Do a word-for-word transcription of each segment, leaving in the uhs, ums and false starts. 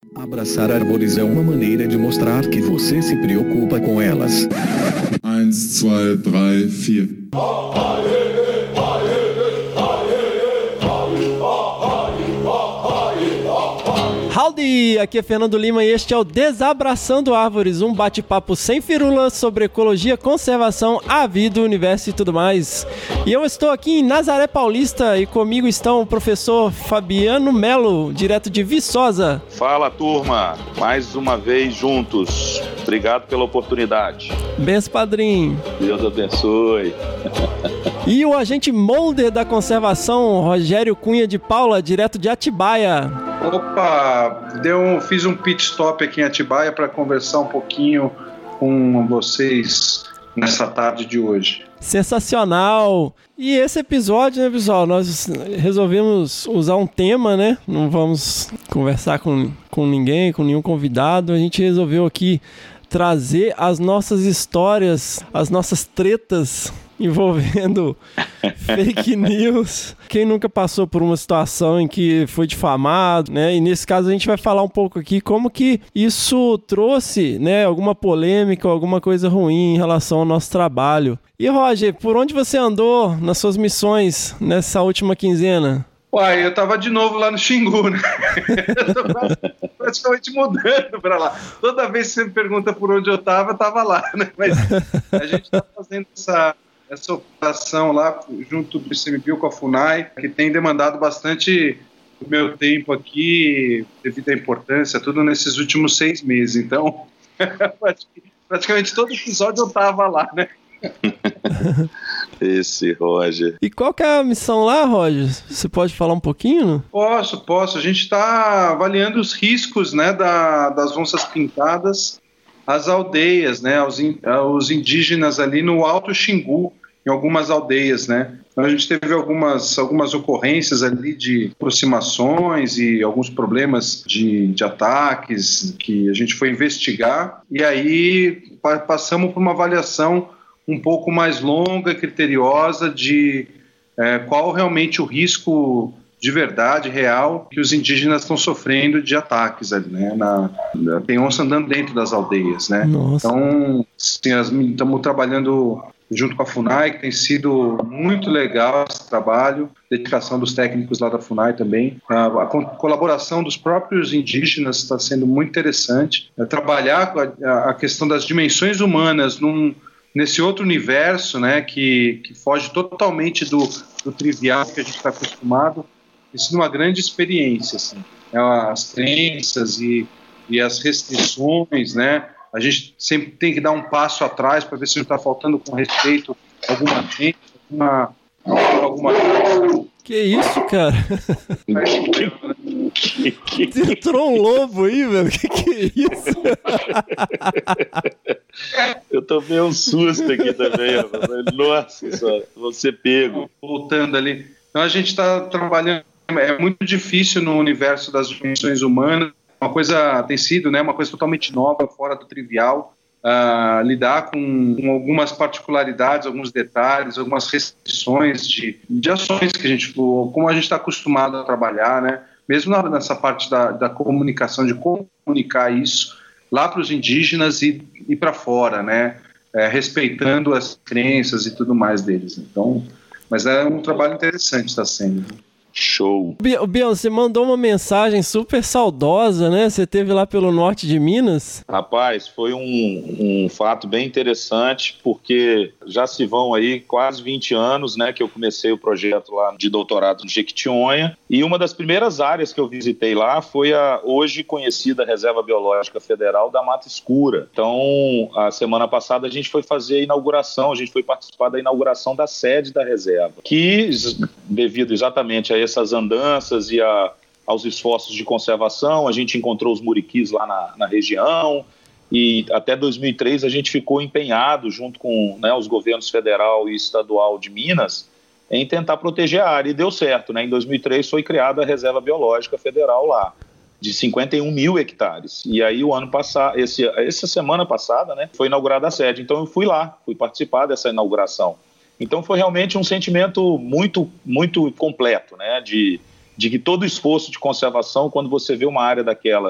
Abraçar árvores é uma maneira de mostrar que você se preocupa com elas. Um, dois, três, quatro. Howdy! Aqui é Fernando Lima e este é o Desabraçando Árvores, um bate-papo sem firulas sobre ecologia, conservação, a vida, o universo e tudo mais. E eu estou aqui em Nazaré Paulista e comigo estão o professor Fabiano Melo, direto de Viçosa. Fala, turma! Mais uma vez juntos. Obrigado pela oportunidade. Benção, padrinho. Deus abençoe. E o agente molder da conservação, Rogério Cunha de Paula, direto de Atibaia. Opa, deu um, fiz um pit stop aqui em Atibaia para conversar um pouquinho com vocês nessa tarde de hoje. Sensacional! E esse episódio, né, pessoal, nós resolvemos usar um tema, né? Não vamos conversar com, com ninguém, com nenhum convidado. A gente resolveu aqui trazer as nossas histórias, as nossas tretas envolvendo fake news. Quem nunca passou por uma situação em que foi difamado, né? E nesse caso a gente vai falar um pouco aqui como que isso trouxe, né, alguma polêmica, alguma coisa ruim em relação ao nosso trabalho. E Roger, por onde você andou nas suas missões nessa última quinzena? Uai, eu tava de novo lá no Xingu, né? Eu tô praticamente mudando pra lá. Toda vez que você me pergunta por onde eu tava, eu tava lá, né? Mas a gente tá fazendo essa, essa operação lá junto do I C M B I U com a FUNAI, que tem demandado bastante do meu tempo aqui, devido à importância, tudo nesses últimos seis meses. Então, praticamente todo episódio eu tava lá, né? Esse Roger. E qual que é a missão lá, Roger? Você pode falar um pouquinho? Posso, posso. A gente está avaliando os riscos, né, da, das onças pintadas às aldeias, né, aos, in, aos indígenas ali no Alto Xingu, em algumas aldeias, né. Então a gente teve algumas, algumas ocorrências ali de aproximações e alguns problemas de, de ataques que a gente foi investigar e aí pa, passamos por uma avaliação um pouco mais longa, criteriosa, de é, qual realmente o risco de verdade, real, que os indígenas estão sofrendo de ataques ali, né? Na, tem onça andando dentro das aldeias, né? Nossa. Então, assim, estamos trabalhando junto com a FUNAI, que tem sido muito legal esse trabalho, dedicação dos técnicos lá da FUNAI também. A, a colaboração dos próprios indígenas está sendo muito interessante. É, trabalhar a, a questão das dimensões humanas num nesse outro universo, né, que, que foge totalmente do, do trivial que a gente está acostumado, isso é uma grande experiência, assim, as crenças e, e as restrições, né, a gente sempre tem que dar um passo atrás para ver se não está faltando com respeito a alguma gente, alguma, alguma coisa. Que isso, cara? Entrou um lobo aí, velho? Que que é isso? Eu tomei um susto aqui também, rapaz. Nossa senhora, você pego. Voltando ali. Então a gente está trabalhando, é muito difícil no universo das dimensões humanas, uma coisa tem sido, né, uma coisa totalmente nova, fora do trivial, uh, lidar com, com algumas particularidades, alguns detalhes, algumas restrições de, de ações que a gente, como a gente está acostumado a trabalhar, né, mesmo nessa parte da, da comunicação, de comunicar isso lá para os indígenas e, e para fora, né, é, respeitando as crenças e tudo mais deles. Então, mas é um trabalho interessante, está sendo. Show. Bion, você mandou uma mensagem super saudosa, né? Você esteve lá pelo norte de Minas. Rapaz, foi um, um fato bem interessante, porque já se vão aí quase vinte anos, né, que eu comecei o projeto lá de doutorado no Jequitinhonha, e uma das primeiras áreas que eu visitei lá foi a hoje conhecida Reserva Biológica Federal da Mata Escura. Então, a semana passada a gente foi fazer a inauguração, a gente foi participar da inauguração da sede da reserva, que, devido exatamente a essas andanças e a, aos esforços de conservação, a gente encontrou os muriquis lá na, na região, e até dois mil e três a gente ficou empenhado junto com, né, os governos federal e estadual de Minas em tentar proteger a área, e deu certo, né? Em dois mil e três foi criada a Reserva Biológica Federal lá, de cinquenta e um mil hectares, e aí o ano passado, esse, essa semana passada, né, foi inaugurada a sede, então eu fui lá, fui participar dessa inauguração. Então foi realmente um sentimento muito, muito completo, né? De, de que todo esforço de conservação, quando você vê uma área daquela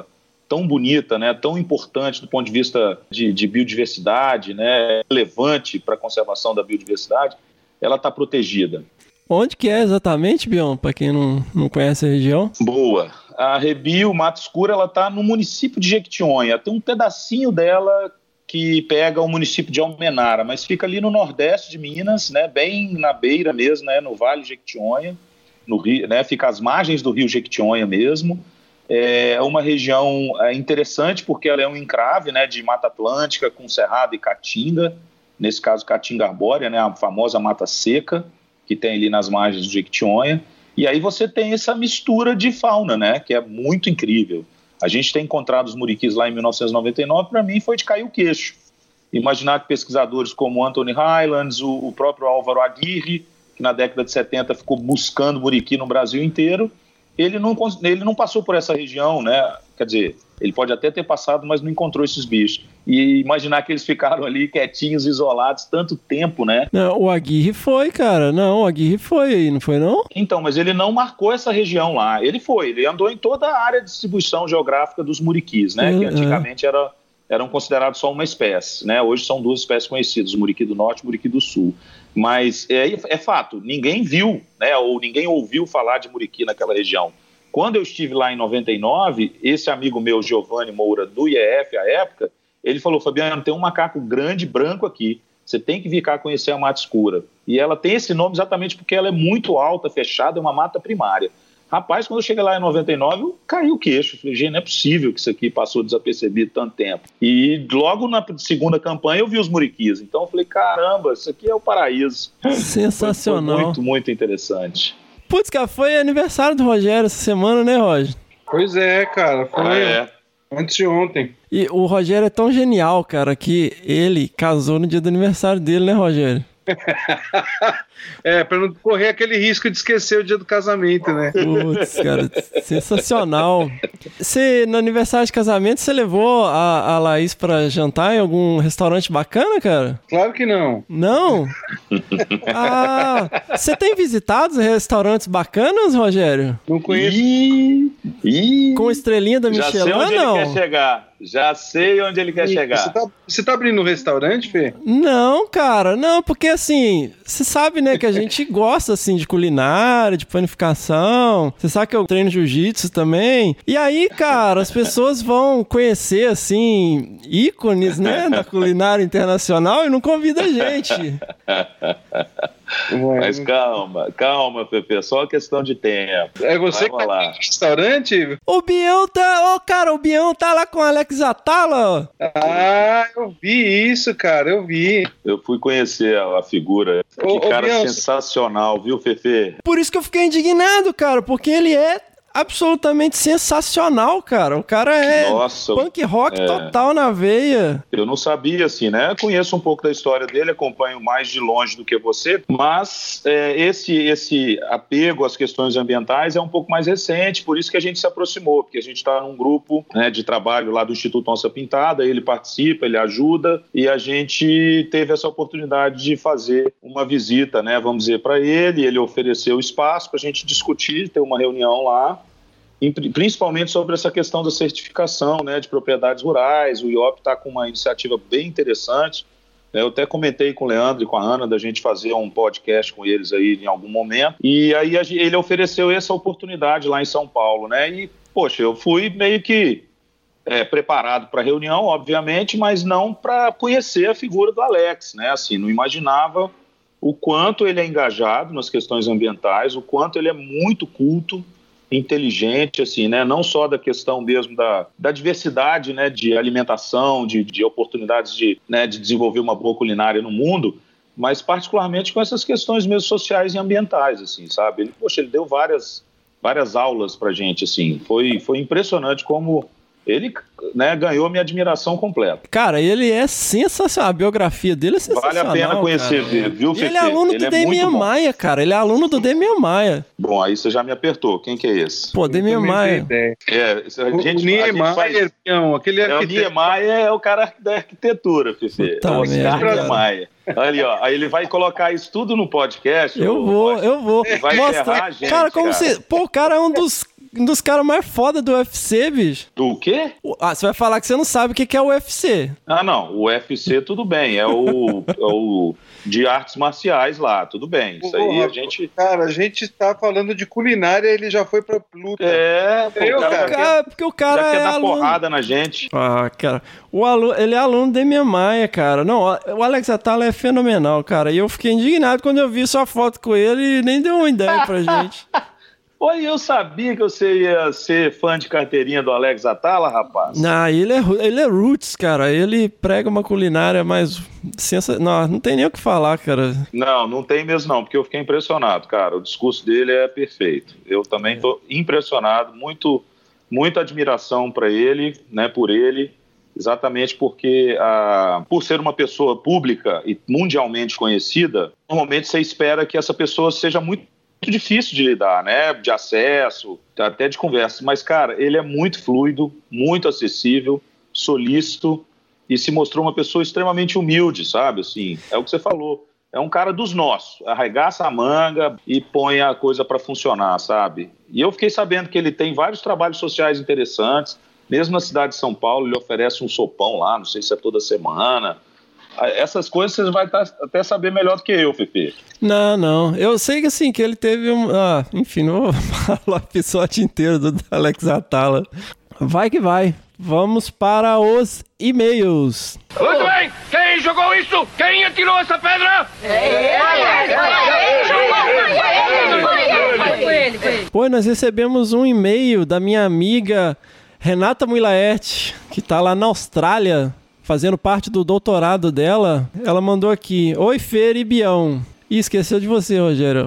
tão bonita, né, tão importante do ponto de vista de, de biodiversidade, né, relevante para a conservação da biodiversidade, ela está protegida. Onde que é exatamente, Bion, para quem não, não conhece a região? Boa. A Rebio, Mata Escura, ela está no município de Jequitinhonha. Tem um pedacinho dela que pega o município de Almenara, mas fica ali no nordeste de Minas, né, bem na beira mesmo, né, no Vale de Jequitinhonha, no rio, né, fica às margens do rio Jequitinhonha mesmo. É uma região interessante porque ela é um encrave, né, de Mata Atlântica com Cerrado e Caatinga, nesse caso Caatinga arbórea, né, a famosa mata seca que tem ali nas margens do Jequitinhonha, e aí você tem essa mistura de fauna, né, que é muito incrível. A gente tem encontrado os muriquis lá em mil novecentos e noventa e nove, para mim foi de cair o queixo. Imaginar que pesquisadores como Anthony Highlands, o, o próprio Álvaro Aguirre, que na década de setenta ficou buscando muriqui no Brasil inteiro, ele não, ele não passou por essa região, né? Quer dizer, ele pode até ter passado, mas não encontrou esses bichos. E imaginar que eles ficaram ali quietinhos, isolados, tanto tempo, né? Não, o Aguirre foi, cara. Não, o Aguirre foi aí, não foi não? Então, mas ele não marcou essa região lá. Ele foi, ele andou em toda a área de distribuição geográfica dos muriquis, né? É, que antigamente é. era, eram considerados só uma espécie, né? Hoje são duas espécies conhecidas, o muriqui do norte e o muriqui do sul. Mas é, é fato, ninguém viu, né? Ou ninguém ouviu falar de muriqui naquela região. Quando eu estive lá em noventa e nove, esse amigo meu, Giovanni Moura, do I E F, à época, ele falou, Fabiano, tem um macaco grande branco aqui, você tem que vir cá conhecer a Mata Escura. E ela tem esse nome exatamente porque ela é muito alta, fechada, é uma mata primária. Rapaz, quando eu cheguei lá em noventa e nove, eu caí o queixo. Falei, gente, não é possível que isso aqui passou desapercebido tanto tempo. E logo na segunda campanha eu vi os muriquis. Então eu falei, caramba, isso aqui é o paraíso. Sensacional. Foi muito, muito interessante. Putz, cara, foi aniversário do Rogério essa semana, né, Roger? Pois é, cara, foi ah, é. antes de ontem. E o Rogério é tão genial, cara, que ele casou no dia do aniversário dele, né, Rogério? É, pra não correr aquele risco de esquecer o dia do casamento, né? Putz, cara, sensacional. Você, no aniversário de casamento, você levou a, a Laís pra jantar em algum restaurante bacana, cara? Claro que não. Não? Ah, você tem visitado restaurantes bacanas, Rogério? Não conheço. Ih, ih, com estrelinha da Michelin, já sei onde não? ele quer chegar. Já sei onde ele quer Ih, chegar. Você tá, você tá abrindo um restaurante, Fê? Não, cara, não, porque assim, você sabe, né, que a gente gosta, assim, de culinária, de panificação, você sabe que eu treino jiu-jitsu também, e aí, cara, as pessoas vão conhecer, assim, ícones, né, da culinária internacional e não convida a gente. Mas calma, calma, Pepe, só questão de tempo. É você que tá no restaurante? O Bião tá, ô, oh, cara, o Bião tá lá com o Alex Atala. Ah, eu vi isso, cara, eu vi. Eu fui conhecer a, a figura. Ô, que cara ô, Bião, sensacional, viu, Fefe? Por isso que eu fiquei indignado, cara, porque ele é absolutamente sensacional, cara. O cara é Nossa, punk rock é... total na veia. Eu não sabia, assim, né? Eu conheço um pouco da história dele, acompanho mais de longe do que você, mas é, esse, esse apego às questões ambientais é um pouco mais recente, por isso que a gente se aproximou, porque a gente está num grupo, né, de trabalho lá do Instituto Onça Pintada, ele participa, ele ajuda, e a gente teve essa oportunidade de fazer uma visita, né, vamos dizer, para ele, ele ofereceu espaço para a gente discutir, ter uma reunião lá, principalmente sobre essa questão da certificação, né, de propriedades rurais. O I O P está com uma iniciativa bem interessante. Eu até comentei com o Leandro e com a Ana da gente fazer um podcast com eles aí em algum momento. E aí ele ofereceu essa oportunidade lá em São Paulo, né? E, poxa, eu fui meio que é, preparado para a reunião, obviamente, mas não para conhecer a figura do Alex, né? Assim, não imaginava o quanto ele é engajado nas questões ambientais, o quanto ele é muito culto, inteligente, assim, né? Não só da questão mesmo da, da diversidade, né, de alimentação, de, de oportunidades de, né, de desenvolver uma boa culinária no mundo, mas particularmente com essas questões mesmo sociais e ambientais, assim, sabe? Ele, poxa, ele deu várias, várias aulas pra gente, assim, foi, foi impressionante como ele, né, ganhou minha admiração completa. Cara, ele é sensacional, a biografia dele é sensacional. Vale a pena conhecer, cara. Viu, Fefe? Ele é aluno ele do é Demian Maia, cara, ele é aluno do Demian Maia. Bom, aí você já me apertou, quem que é esse? Pô, Demian Maia. É, a gente, o Niemeyer, faz... aquele é, o Niemeyer é o cara da arquitetura, Fefe. Puta é o Oscar merda, Niemeyer. Ali, ó, aí ele vai colocar isso tudo no podcast. Eu vou, eu vou. Vai mostrar. ferrar a gente, cara, como cara. você... Pô, o cara é um dos um dos caras mais foda do U F C, bicho. Do quê? Ah, você vai falar que você não sabe o que é o U F C. Ah, não. O U F C, tudo bem. É o, é o de artes marciais lá, tudo bem. Isso aí a gente... Cara, a gente tá falando de culinária, ele já foi pra luta. É, pô, Eu, o cara, cara, quer, porque o cara já quer é dar aluno. porrada na gente. Ah, cara. O aluno, ele é aluno da minha Maia, cara. Não, o Alex Atala é fenomenal, cara. E eu fiquei indignado quando eu vi sua foto com ele e nem deu uma ideia pra gente. Oi, eu sabia que você ia ser fã de carteirinha do Alex Atala, rapaz. Não, ele é, ele é roots, cara. Ele prega uma culinária mais... Sensa... Não, não tem nem o que falar, cara. Não, não tem mesmo não, porque eu fiquei impressionado, cara. O discurso dele é perfeito. Eu também tô impressionado, muito, muita admiração para ele, né, por ele, exatamente porque, ah, por ser uma pessoa pública e mundialmente conhecida, normalmente você espera que essa pessoa seja muito muito difícil de lidar, né, de acesso, até de conversa, mas, cara, ele é muito fluido, muito acessível, solícito e se mostrou uma pessoa extremamente humilde, sabe, assim, é o que você falou, é um cara dos nossos, arregaça a manga e põe a coisa para funcionar, sabe, e eu fiquei sabendo que ele tem vários trabalhos sociais interessantes, mesmo na cidade de São Paulo, ele oferece um sopão lá, não sei se é toda semana. Essas coisas você vai até saber melhor do que eu, Fefe. Não, não. Eu sei que assim, que ele teve um... Ah, enfim, não vou falar o episódio inteiro do Alex Atala. Vai que vai. Vamos para os e-mails. Muito bem! Quem jogou isso? Quem atirou essa pedra? Foi ele, foi ele. Pô, nós recebemos um e-mail da minha amiga Renata Muilaert, que tá lá na Austrália, fazendo parte do doutorado dela. Ela mandou aqui: oi, Fer e Bião. Ih, esqueceu de você, Rogério.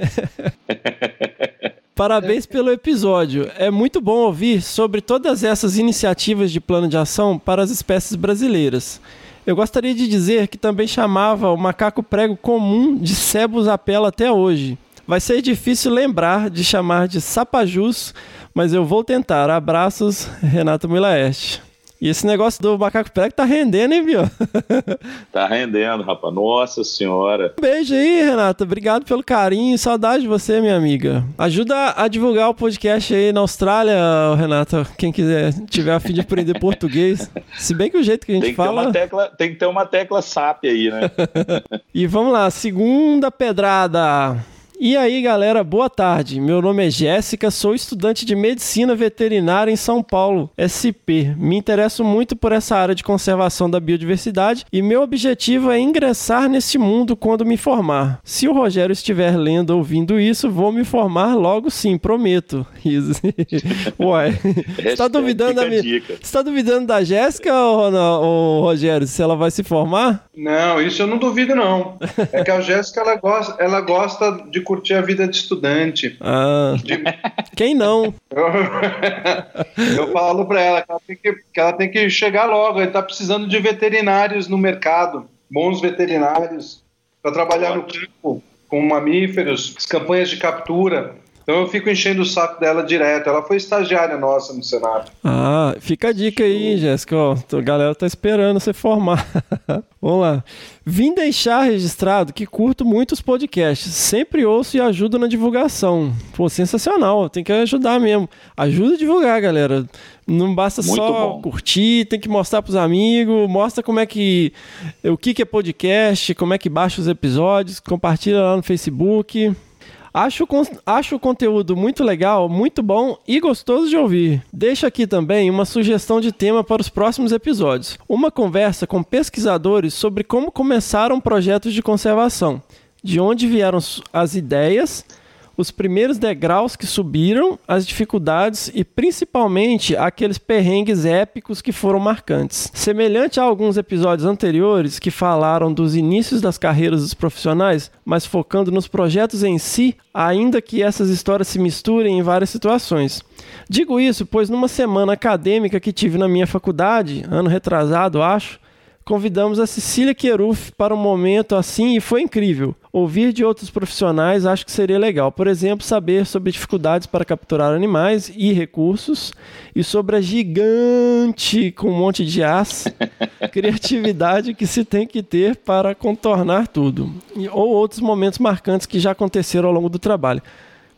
Parabéns pelo episódio. É muito bom ouvir sobre todas essas iniciativas de plano de ação para as espécies brasileiras. Eu gostaria de dizer que também chamava o macaco prego comum de Sebus apella até hoje. Vai ser difícil lembrar de chamar de sapajus, mas eu vou tentar. Abraços, Renata Muilaert. E esse negócio do macaco prego tá rendendo, hein, viu? Tá rendendo, rapaz. Nossa senhora. Um beijo aí, Renata. Obrigado pelo carinho. Saudade de você, minha amiga. Ajuda a divulgar o podcast aí na Austrália, Renata. Quem quiser, tiver a fim de aprender português. Se bem que o jeito que a gente tem que fala... Ter uma tecla, tem que ter uma tecla S A P aí, né? E vamos lá. Segunda pedrada. E aí, galera, boa tarde. Meu nome é Jéssica, sou estudante de Medicina Veterinária em São Paulo, S P. Me interesso muito por essa área de conservação da biodiversidade e meu objetivo é ingressar nesse mundo quando me formar. Se o Rogério estiver lendo ou ouvindo isso, vou me formar logo sim, prometo. Ué, você tá duvidando da minha... Você tá duvidando da Jéssica, ou, ou Rogério, se ela vai se formar? Não, isso eu não duvido, não. É que a Jéssica, ela gosta, ela gosta de curtir a vida de estudante. Ah, de... Quem não? Eu falo pra ela que ela, tem que, que ela tem que chegar logo. Ele tá precisando de veterinários no mercado, bons veterinários, para trabalhar no campo, com mamíferos, as campanhas de captura. Então eu fico enchendo o saco dela direto. Ela foi estagiária nossa no Senado. Ah, fica a dica aí, Jéssica. Ó, a galera tá esperando você formar. Vamos lá. Vim deixar registrado que curto muito os podcasts. Sempre ouço e ajudo na divulgação. Pô, sensacional. Tem que ajudar mesmo. Ajuda a divulgar, galera. Não basta muito só bom. Curtir, tem que mostrar pros amigos. Mostra como é que... O que que é podcast, como é que baixa os episódios. Compartilha lá no Facebook. Acho, acho o conteúdo muito legal, muito bom e gostoso de ouvir. Deixo aqui também uma sugestão de tema para os próximos episódios. Uma conversa com pesquisadores sobre como começaram projetos de conservação, de onde vieram as ideias, os primeiros degraus que subiram, as dificuldades e principalmente aqueles perrengues épicos que foram marcantes. Semelhante a alguns episódios anteriores que falaram dos inícios das carreiras dos profissionais, mas focando nos projetos em si, ainda que essas histórias se misturem em várias situações. Digo isso pois numa semana acadêmica que tive na minha faculdade, ano retrasado acho, convidamos a Cecília Queruf para um momento assim e foi incrível. Ouvir de outros profissionais acho que seria legal. Por exemplo, saber sobre dificuldades para capturar animais e recursos e sobre a gigante com um monte de as criatividade que se tem que ter para contornar tudo. Ou outros momentos marcantes que já aconteceram ao longo do trabalho.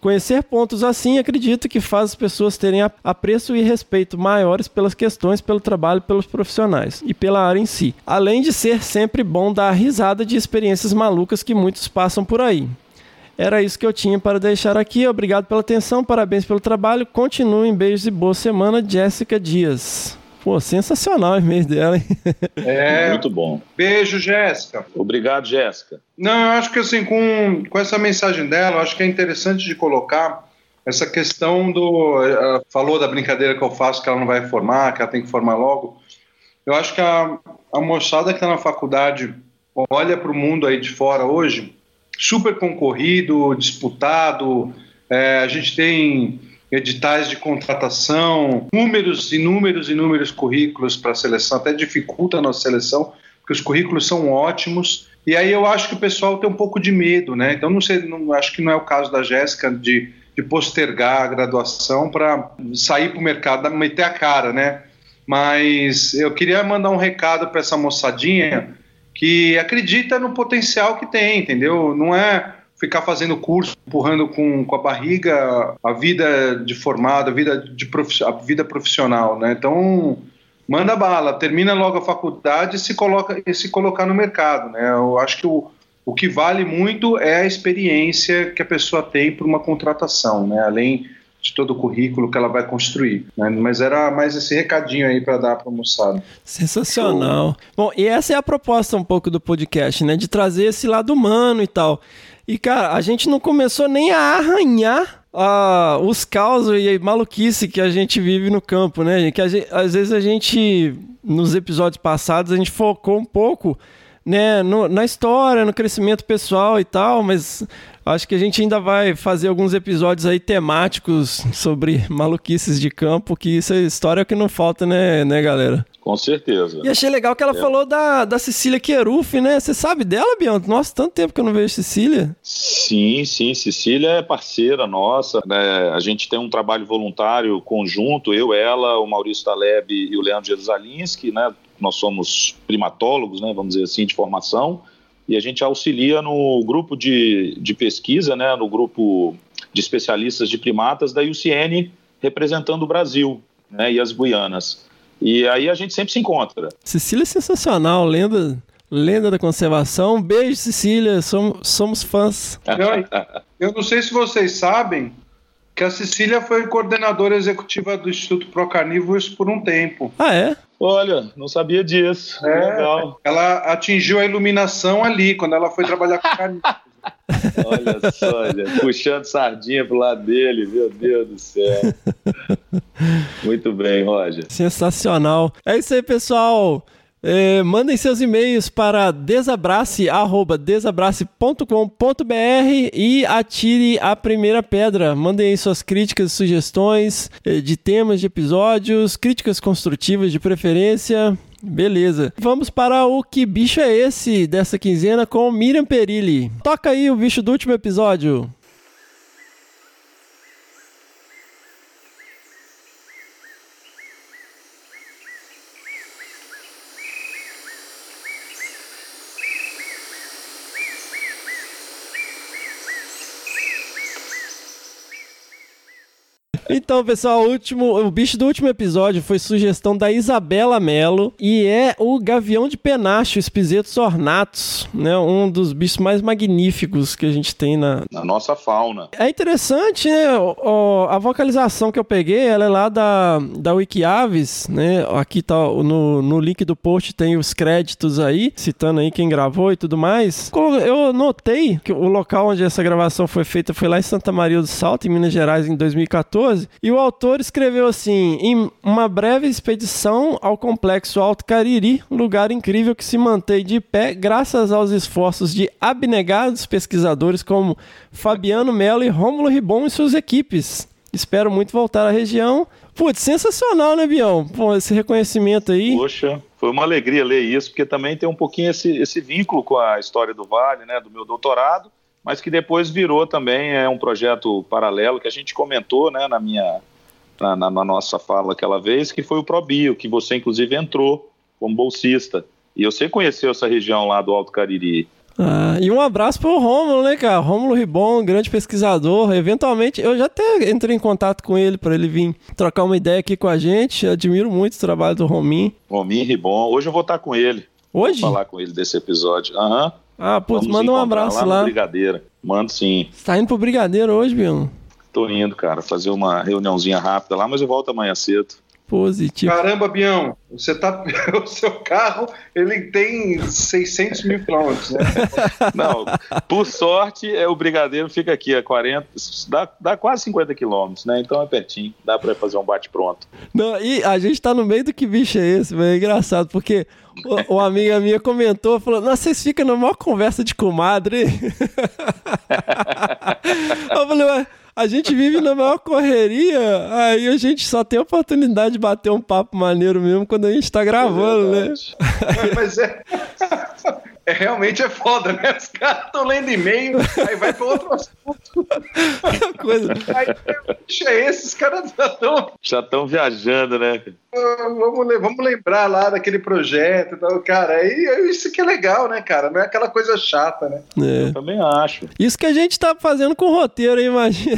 Conhecer pontos assim, acredito que faz as pessoas terem apreço e respeito maiores pelas questões, pelo trabalho, pelos profissionais e pela área em si. Além de ser sempre bom dar risada de experiências malucas que muitos passam por aí. Era isso que eu tinha para deixar aqui. Obrigado pela atenção, parabéns pelo trabalho. Continuem, beijos e boa semana, Jéssica Dias. Pô, sensacional o e-mail dela, hein? É, muito bom. Beijo, Jéssica. Obrigado, Jéssica. Não, eu acho que assim, com, com essa mensagem dela, eu acho que é interessante de colocar essa questão do... Ela falou da brincadeira que eu faço, que ela não vai formar, que ela tem que formar logo. Eu acho que a, a moçada que está na faculdade olha para o mundo aí de fora hoje, super concorrido, disputado, é, a gente tem... editais de contratação, números, inúmeros, inúmeros currículos para a seleção, até dificulta a nossa seleção, porque os currículos são ótimos, e aí eu acho que o pessoal tem um pouco de medo, né? Então, não sei, não, acho que não é o caso da Jéssica de, de postergar a graduação para sair para o mercado, meter a cara, né? Mas eu queria mandar um recado para essa moçadinha que acredita no potencial que tem, entendeu? Não é... ficar fazendo curso, empurrando com, com a barriga a vida de formado, a vida, de profi- a vida profissional, né? Então, manda bala, termina logo a faculdade e se, coloca, e se colocar no mercado, né? Eu acho que o, o que vale muito é a experiência que a pessoa tem para uma contratação, né? Além de todo o currículo que ela vai construir, né? Mas era mais esse recadinho aí para dar para a moçada. Sensacional. Bom, e essa é a proposta um pouco do podcast, né? De trazer esse lado humano e tal. E, cara, a gente não começou nem a arranhar uh, os causos e a maluquice que a gente vive no campo, né? Que a gente, às vezes a gente, nos episódios passados, a gente focou um pouco, né, no, na história, no crescimento pessoal e tal, mas acho que a gente ainda vai fazer alguns episódios aí temáticos sobre maluquices de campo, que isso é história que não falta, né, né, galera? Com certeza. E achei legal que ela é. falou da, da Cecília Queruf, né? Você sabe dela, Bianca? Nossa, tanto tempo que eu não vejo Cecília. Sim, sim. Cecília é parceira nossa, né? A gente tem um trabalho voluntário conjunto, eu, ela, o Maurício Taleb e o Leandro Jerusalinski, né? Nós somos primatólogos, né? Vamos dizer assim, de formação, e a gente auxilia no grupo de, de pesquisa, né? No grupo de especialistas de primatas da I U C N, representando o Brasil, né? E as Guianas. E aí a gente sempre se encontra. Cecília é sensacional, lenda, lenda da conservação. Beijo, Cecília, somos, somos fãs. Eu, eu não sei se vocês sabem que a Cecília foi coordenadora executiva do Instituto Procarnívoros por um tempo. Ah, é? Olha, não sabia disso. É, legal. Ela atingiu a iluminação ali, quando ela foi trabalhar com carnívoros. Olha só, olha, puxando sardinha pro lado dele, meu Deus do céu. Muito bem, Roger. Sensacional. É isso aí, pessoal. É, mandem seus e-mails para desabrace arroba desabrace ponto com ponto b r e atire a primeira pedra. Mandem aí suas críticas e sugestões de temas de episódios, críticas construtivas de preferência. Beleza. Vamos para o Que Bicho é Esse dessa quinzena com Miriam Perilli. Toca aí o bicho do último episódio. Então, pessoal, o, último, o bicho do último episódio foi sugestão da Isabela Mello e é o gavião de penacho, Espizetos ornatus, né? Um dos bichos mais magníficos que a gente tem na... na nossa fauna. É interessante, né? O, o, a vocalização que eu peguei, ela é lá da, da Wikiaves, né? Aqui tá no, no link do post, tem os créditos aí, citando aí quem gravou e tudo mais. Eu notei que o local onde essa gravação foi feita foi lá em Santa Maria do Salto, em Minas Gerais, em dois mil e quatorze. E o autor escreveu assim: em uma breve expedição ao complexo Alto Cariri, lugar incrível que se mantém de pé graças aos esforços de abnegados pesquisadores como Fabiano Mello e Rômulo Ribon e suas equipes. Espero muito voltar à região. Putz, sensacional, né, Bião? Pô, esse reconhecimento aí. Poxa, foi uma alegria ler isso, porque também tem um pouquinho esse, esse vínculo com a história do Vale, né, do meu doutorado, mas que depois virou também é um projeto paralelo que a gente comentou, né, na, minha, na, na, na nossa fala aquela vez, que foi o ProBio, que você inclusive entrou como bolsista. E você conheceu essa região lá do Alto Cariri. Ah, e um abraço pro Rômulo, né, cara? Rômulo Ribon, grande pesquisador. Eventualmente, eu já até entrei em contato com ele para ele vir trocar uma ideia aqui com a gente. Eu admiro muito o trabalho do Rominho. Rominho Ribon. Hoje eu vou estar com ele. Hoje? Vou falar com ele desse episódio. Aham. Uhum. Ah, putz, manda um abraço lá. lá. Brigadeiro. Mando sim. Você tá indo pro Brigadeiro hoje, Bião? Tô indo, cara, fazer uma reuniãozinha rápida lá, mas eu volto amanhã cedo. Positivo. Caramba, Bião, você tá... o seu carro, ele tem seiscentos mil quilômetros, né? Não, por sorte, é, o Brigadeiro fica aqui a quarenta, dá, dá quase cinquenta quilômetros, né? Então é pertinho, dá pra fazer um bate-pronto. Não, e a gente tá no meio do que bicho é esse, velho, é engraçado, porque o, uma amiga minha comentou, falou, nossa, vocês ficam na maior conversa de comadre. Eu falei, ué, a gente vive na maior correria, aí a gente só tem a oportunidade de bater um papo maneiro mesmo quando a gente tá gravando, é né? Mas é... é... Realmente é foda, né? Os caras estão lendo e-mail, aí vai para outro assunto. Coisa... Aí, bicho, é esse? Os caras já estão... Já estão viajando, né? Vamos, vamos lembrar lá daquele projeto e tal, cara. Aí, isso que é legal, né, cara? Não é aquela coisa chata, né? É. Eu também acho. Isso que a gente tá fazendo com o roteiro, aí, imagina.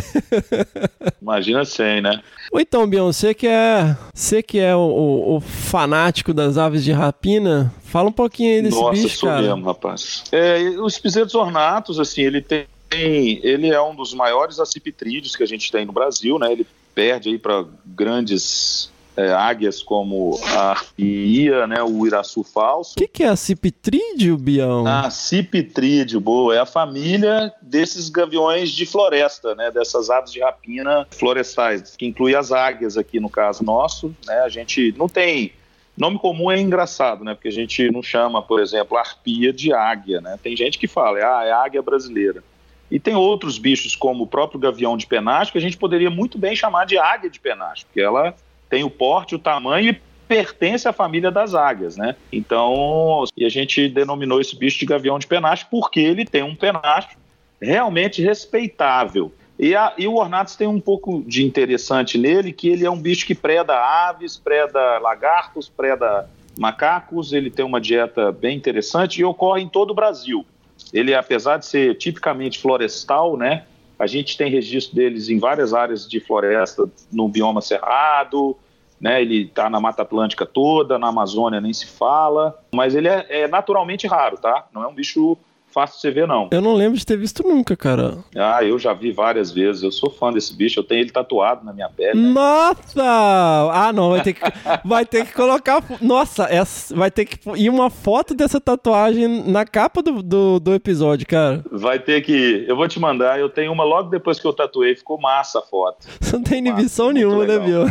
Imagina sem, né? Ou então, Bião, você que é, você que é o, o, o fanático das aves de rapina, fala um pouquinho aí desse Nossa, bicho, sou cara. mesmo, rapaz. É, os pisetos ornatos, assim, ele tem, ele é um dos maiores acipitrídeos que a gente tem no Brasil, né? Ele perde aí para grandes é, águias como a arpia, né? O iraçu falso. O que, que é acipitrídeo, Bião? Acipitrídeo, boa, é a família desses gaviões de floresta, né? Dessas aves de rapina florestais, que inclui as águias aqui no caso nosso, né? A gente não tem... Nome comum é engraçado, né? Porque a gente não chama, por exemplo, arpia de águia, né? Tem gente que fala, ah, é a águia brasileira. E tem outros bichos, como o próprio gavião de penacho, que a gente poderia muito bem chamar de águia de penacho, porque ela tem o porte, o tamanho e pertence à família das águias, né? Então, e a gente denominou esse bicho de gavião de penacho porque ele tem um penacho realmente respeitável. E, a, e o ornatus tem um pouco de interessante nele, que ele é um bicho que preda aves, preda lagartos, preda macacos, ele tem uma dieta bem interessante e ocorre em todo o Brasil. Ele, apesar de ser tipicamente florestal, né, a gente tem registro deles em várias áreas de floresta, no bioma cerrado, né, ele está na Mata Atlântica toda, na Amazônia nem se fala, mas ele é, é naturalmente raro, tá? Não é um bicho fácil de você ver, não. Eu não lembro de ter visto nunca, cara. Ah, eu já vi várias vezes. Eu sou fã desse bicho. Eu tenho ele tatuado na minha pele. Né? Nossa! Ah, não. Vai ter que, vai ter que colocar... Nossa, essa, vai ter que ir uma foto dessa tatuagem na capa do, do, do episódio, cara. Vai ter que ir. Eu vou te mandar. Eu tenho uma logo depois que eu tatuei. Ficou massa a foto. Você não tem inibição massa, nenhuma, né, Bill?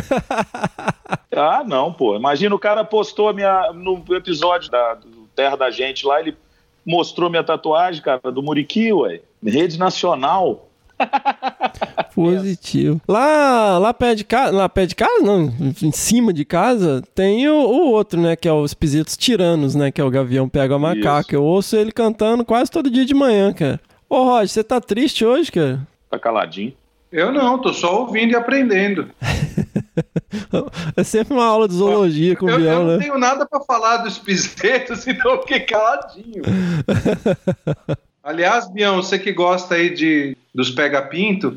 Ah, não, pô. Imagina o cara postou a minha, no episódio da, do Terra da Gente lá, ele mostrou minha tatuagem, cara, do Muriqui, ué. Rede nacional. Positivo. Lá, lá perto de casa, lá perto de casa, não, em cima de casa, tem o, o outro, né, que é os pisetos tiranos, né, que é o gavião pega macaco. Isso. Eu ouço ele cantando quase todo dia de manhã, cara. Ô, Roger, você tá triste hoje, cara? Tá caladinho. Eu não, tô só ouvindo e aprendendo. É sempre uma aula de zoologia com o eu, Bião, eu né? não tenho nada pra falar dos pisetos, então eu fiquei caladinho. Aliás, Bião, você que gosta aí de, dos pega-pinto...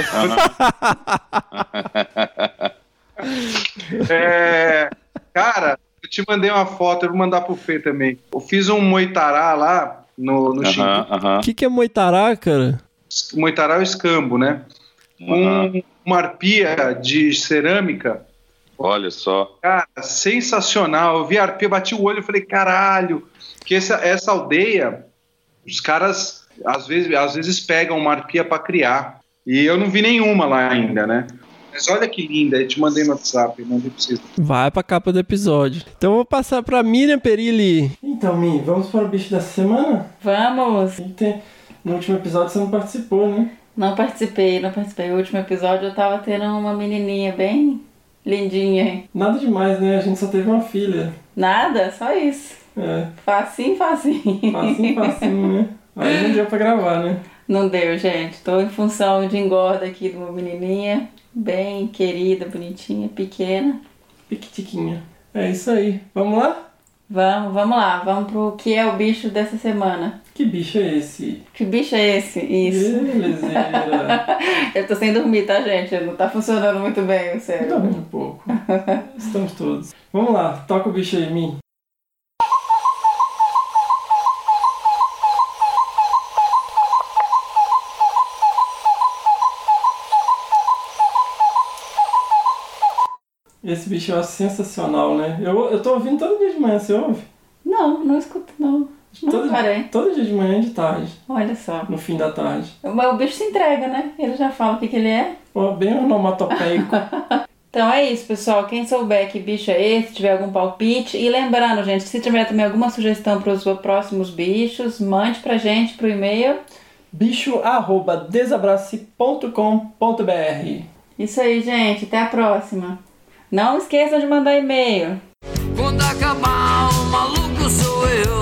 é, cara, eu te mandei uma foto, eu vou mandar pro Fê também. Eu fiz um moitará lá no, no Chico. O que, que é moitará, cara? Moitará é o escambo, né? Um, uma arpia de cerâmica. Olha só. Cara, sensacional. Eu vi a arpia, bati o olho e falei, caralho. Que essa, essa aldeia, os caras às vezes, às vezes pegam uma arpia para criar. E eu não vi nenhuma lá ainda, né? Mas olha que linda, eu te mandei no WhatsApp, mandei pra vocês. Vai pra capa do episódio. Então eu vou passar pra Miriam Perilli. Então, Mi, vamos para o bicho dessa semana? Vamos! Tem... No último episódio você não participou, né? Não participei, não participei. No último episódio eu tava tendo uma menininha bem lindinha. Nada demais, né? A gente só teve uma filha. Nada, só isso. É. Facinho, facinho. Facinho, facinho, né? Aí não deu pra gravar, né? Não deu, gente. Tô em função de engorda aqui de uma menininha. Bem querida, bonitinha, pequena. Piquitiquinha. É isso aí. Vamos lá? Vamos, vamos lá. Vamos pro que é o bicho dessa semana. Que bicho é esse? Que bicho é esse? Isso. Belezeira. Eu tô sem dormir, tá, gente? Não tá funcionando muito bem o cérebro. Dorme um pouco. Estamos todos. Vamos lá, toca o bicho aí em mim. Esse bicho eu acho sensacional, né? Eu, eu tô ouvindo todo dia de manhã, você ouve? Não, não escuto, não. Não todo, parei. Todo dia de manhã e de tarde. Olha só. No fim da tarde. Mas o bicho se entrega, né? Ele já fala o que, que ele é. Pô, bem onomatopeico. Então é isso, pessoal. Quem souber que bicho é esse, tiver algum palpite. E lembrando, gente, se tiver também alguma sugestão para os próximos bichos, mande pra gente pro e-mail. bicho arroba desabrace ponto com ponto b r. Isso aí, gente. Até a próxima. Não esqueçam de mandar e-mail. Quando acabar o maluco sou eu.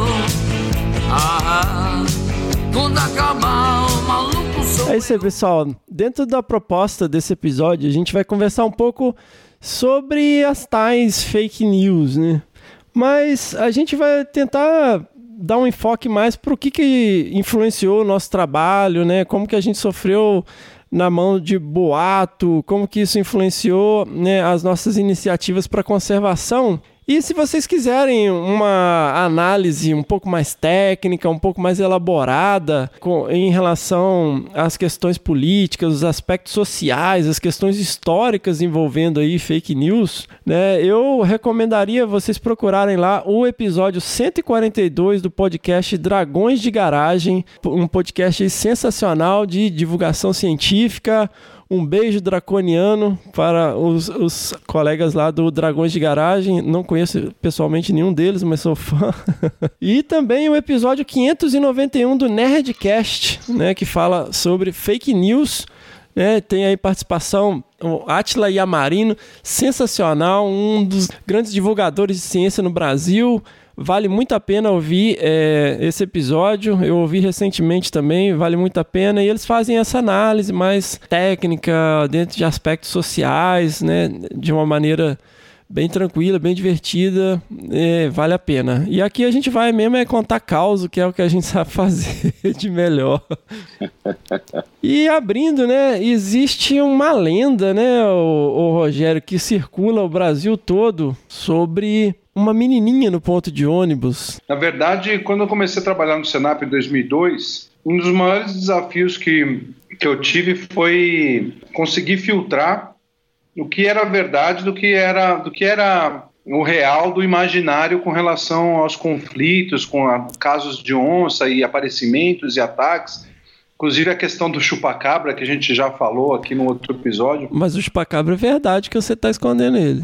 Ah, quando acabar o maluco sou eu. É isso aí, pessoal. Dentro da proposta desse episódio, a gente vai conversar um pouco sobre as tais fake news, né? Mas a gente vai tentar dar um enfoque mais para o que, que influenciou o nosso trabalho, né? Como que a gente sofreu na mão de boato, como que isso influenciou, né, as nossas iniciativas para conservação. E se vocês quiserem uma análise um pouco mais técnica, um pouco mais elaborada com, em relação às questões políticas, os aspectos sociais, as questões históricas envolvendo aí fake news, né, eu recomendaria vocês procurarem lá o episódio cento e quarenta e dois do podcast Dragões de Garagem, um podcast aí sensacional de divulgação científica. Um beijo draconiano para os, os colegas lá do Dragões de Garagem. Não conheço pessoalmente nenhum deles, mas sou fã. E também o episódio quinhentos e noventa e um do Nerdcast, né, que fala sobre fake news. Né, tem aí participação o Átila Yamarino, sensacional, um dos grandes divulgadores de ciência no Brasil. Vale muito a pena ouvir é, esse episódio, eu ouvi recentemente também, vale muito a pena, e eles fazem essa análise mais técnica, dentro de aspectos sociais, né, de uma maneira bem tranquila, bem divertida, é, vale a pena. E aqui a gente vai mesmo é contar causa, que é o que a gente sabe fazer de melhor. E abrindo, né, existe uma lenda, né, o, o Rogério, que circula o Brasil todo sobre uma menininha no ponto de ônibus. Na verdade, quando eu comecei a trabalhar no Senap em dois mil e dois, um dos maiores desafios que, que eu tive foi conseguir filtrar o que era verdade do que era, do que era o real do imaginário com relação aos conflitos, com a, casos de onça e aparecimentos e ataques. Inclusive a questão do chupacabra, que a gente já falou aqui no outro episódio. Mas o chupacabra é verdade que você está escondendo ele.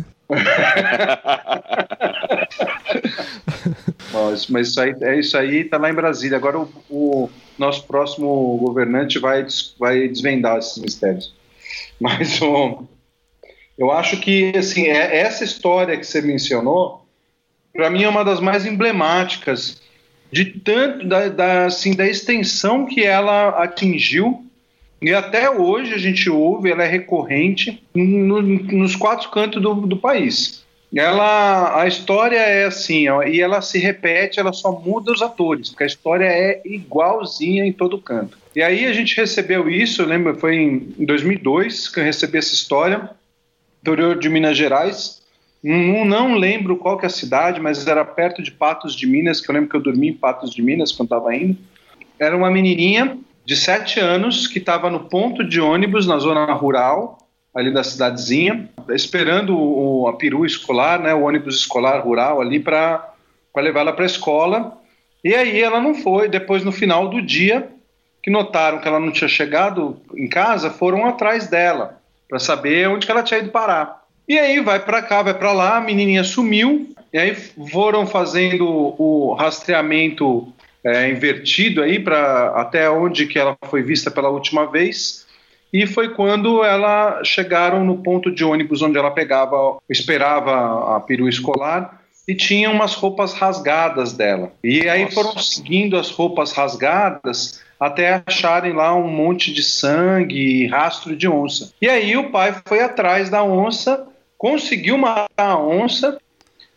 Bom, isso, mas isso aí, é isso aí, tá lá em Brasília. Agora o, o nosso próximo governante vai, vai desvendar esses mistérios. Mas o, eu acho que assim, é, essa história que você mencionou, para mim é uma das mais emblemáticas de tanto da, da, assim, da extensão que ela atingiu. E até hoje a gente ouve, ela é recorrente no, nos quatro cantos do, do país. Ela, a história é assim, ó, e ela se repete, ela só muda os atores, porque a história é igualzinha em todo canto. E aí a gente recebeu isso, eu lembro, foi em dois mil e dois que eu recebi essa história, interior de Minas Gerais. Não, não lembro qual que é a cidade, mas era perto de Patos de Minas, que eu lembro que eu dormi em Patos de Minas quando estava indo. Era uma menininha de sete anos, que estava no ponto de ônibus na zona rural, ali da cidadezinha, esperando o, a perua escolar, né, o ônibus escolar rural ali para levar ela para a escola. E aí ela não foi. Depois, no final do dia, que notaram que ela não tinha chegado em casa, foram atrás dela para saber onde que ela tinha ido parar. E aí vai para cá, vai para lá, a menininha sumiu, e aí foram fazendo o rastreamento É, invertido aí para até onde que ela foi vista pela última vez, e foi quando ela chegaram no ponto de ônibus onde ela pegava, esperava a perua escolar, e tinha umas roupas rasgadas dela. E aí Nossa. Foram seguindo as roupas rasgadas até acharem lá um monte de sangue e rastro de onça. E aí o pai foi atrás da onça, conseguiu matar a onça,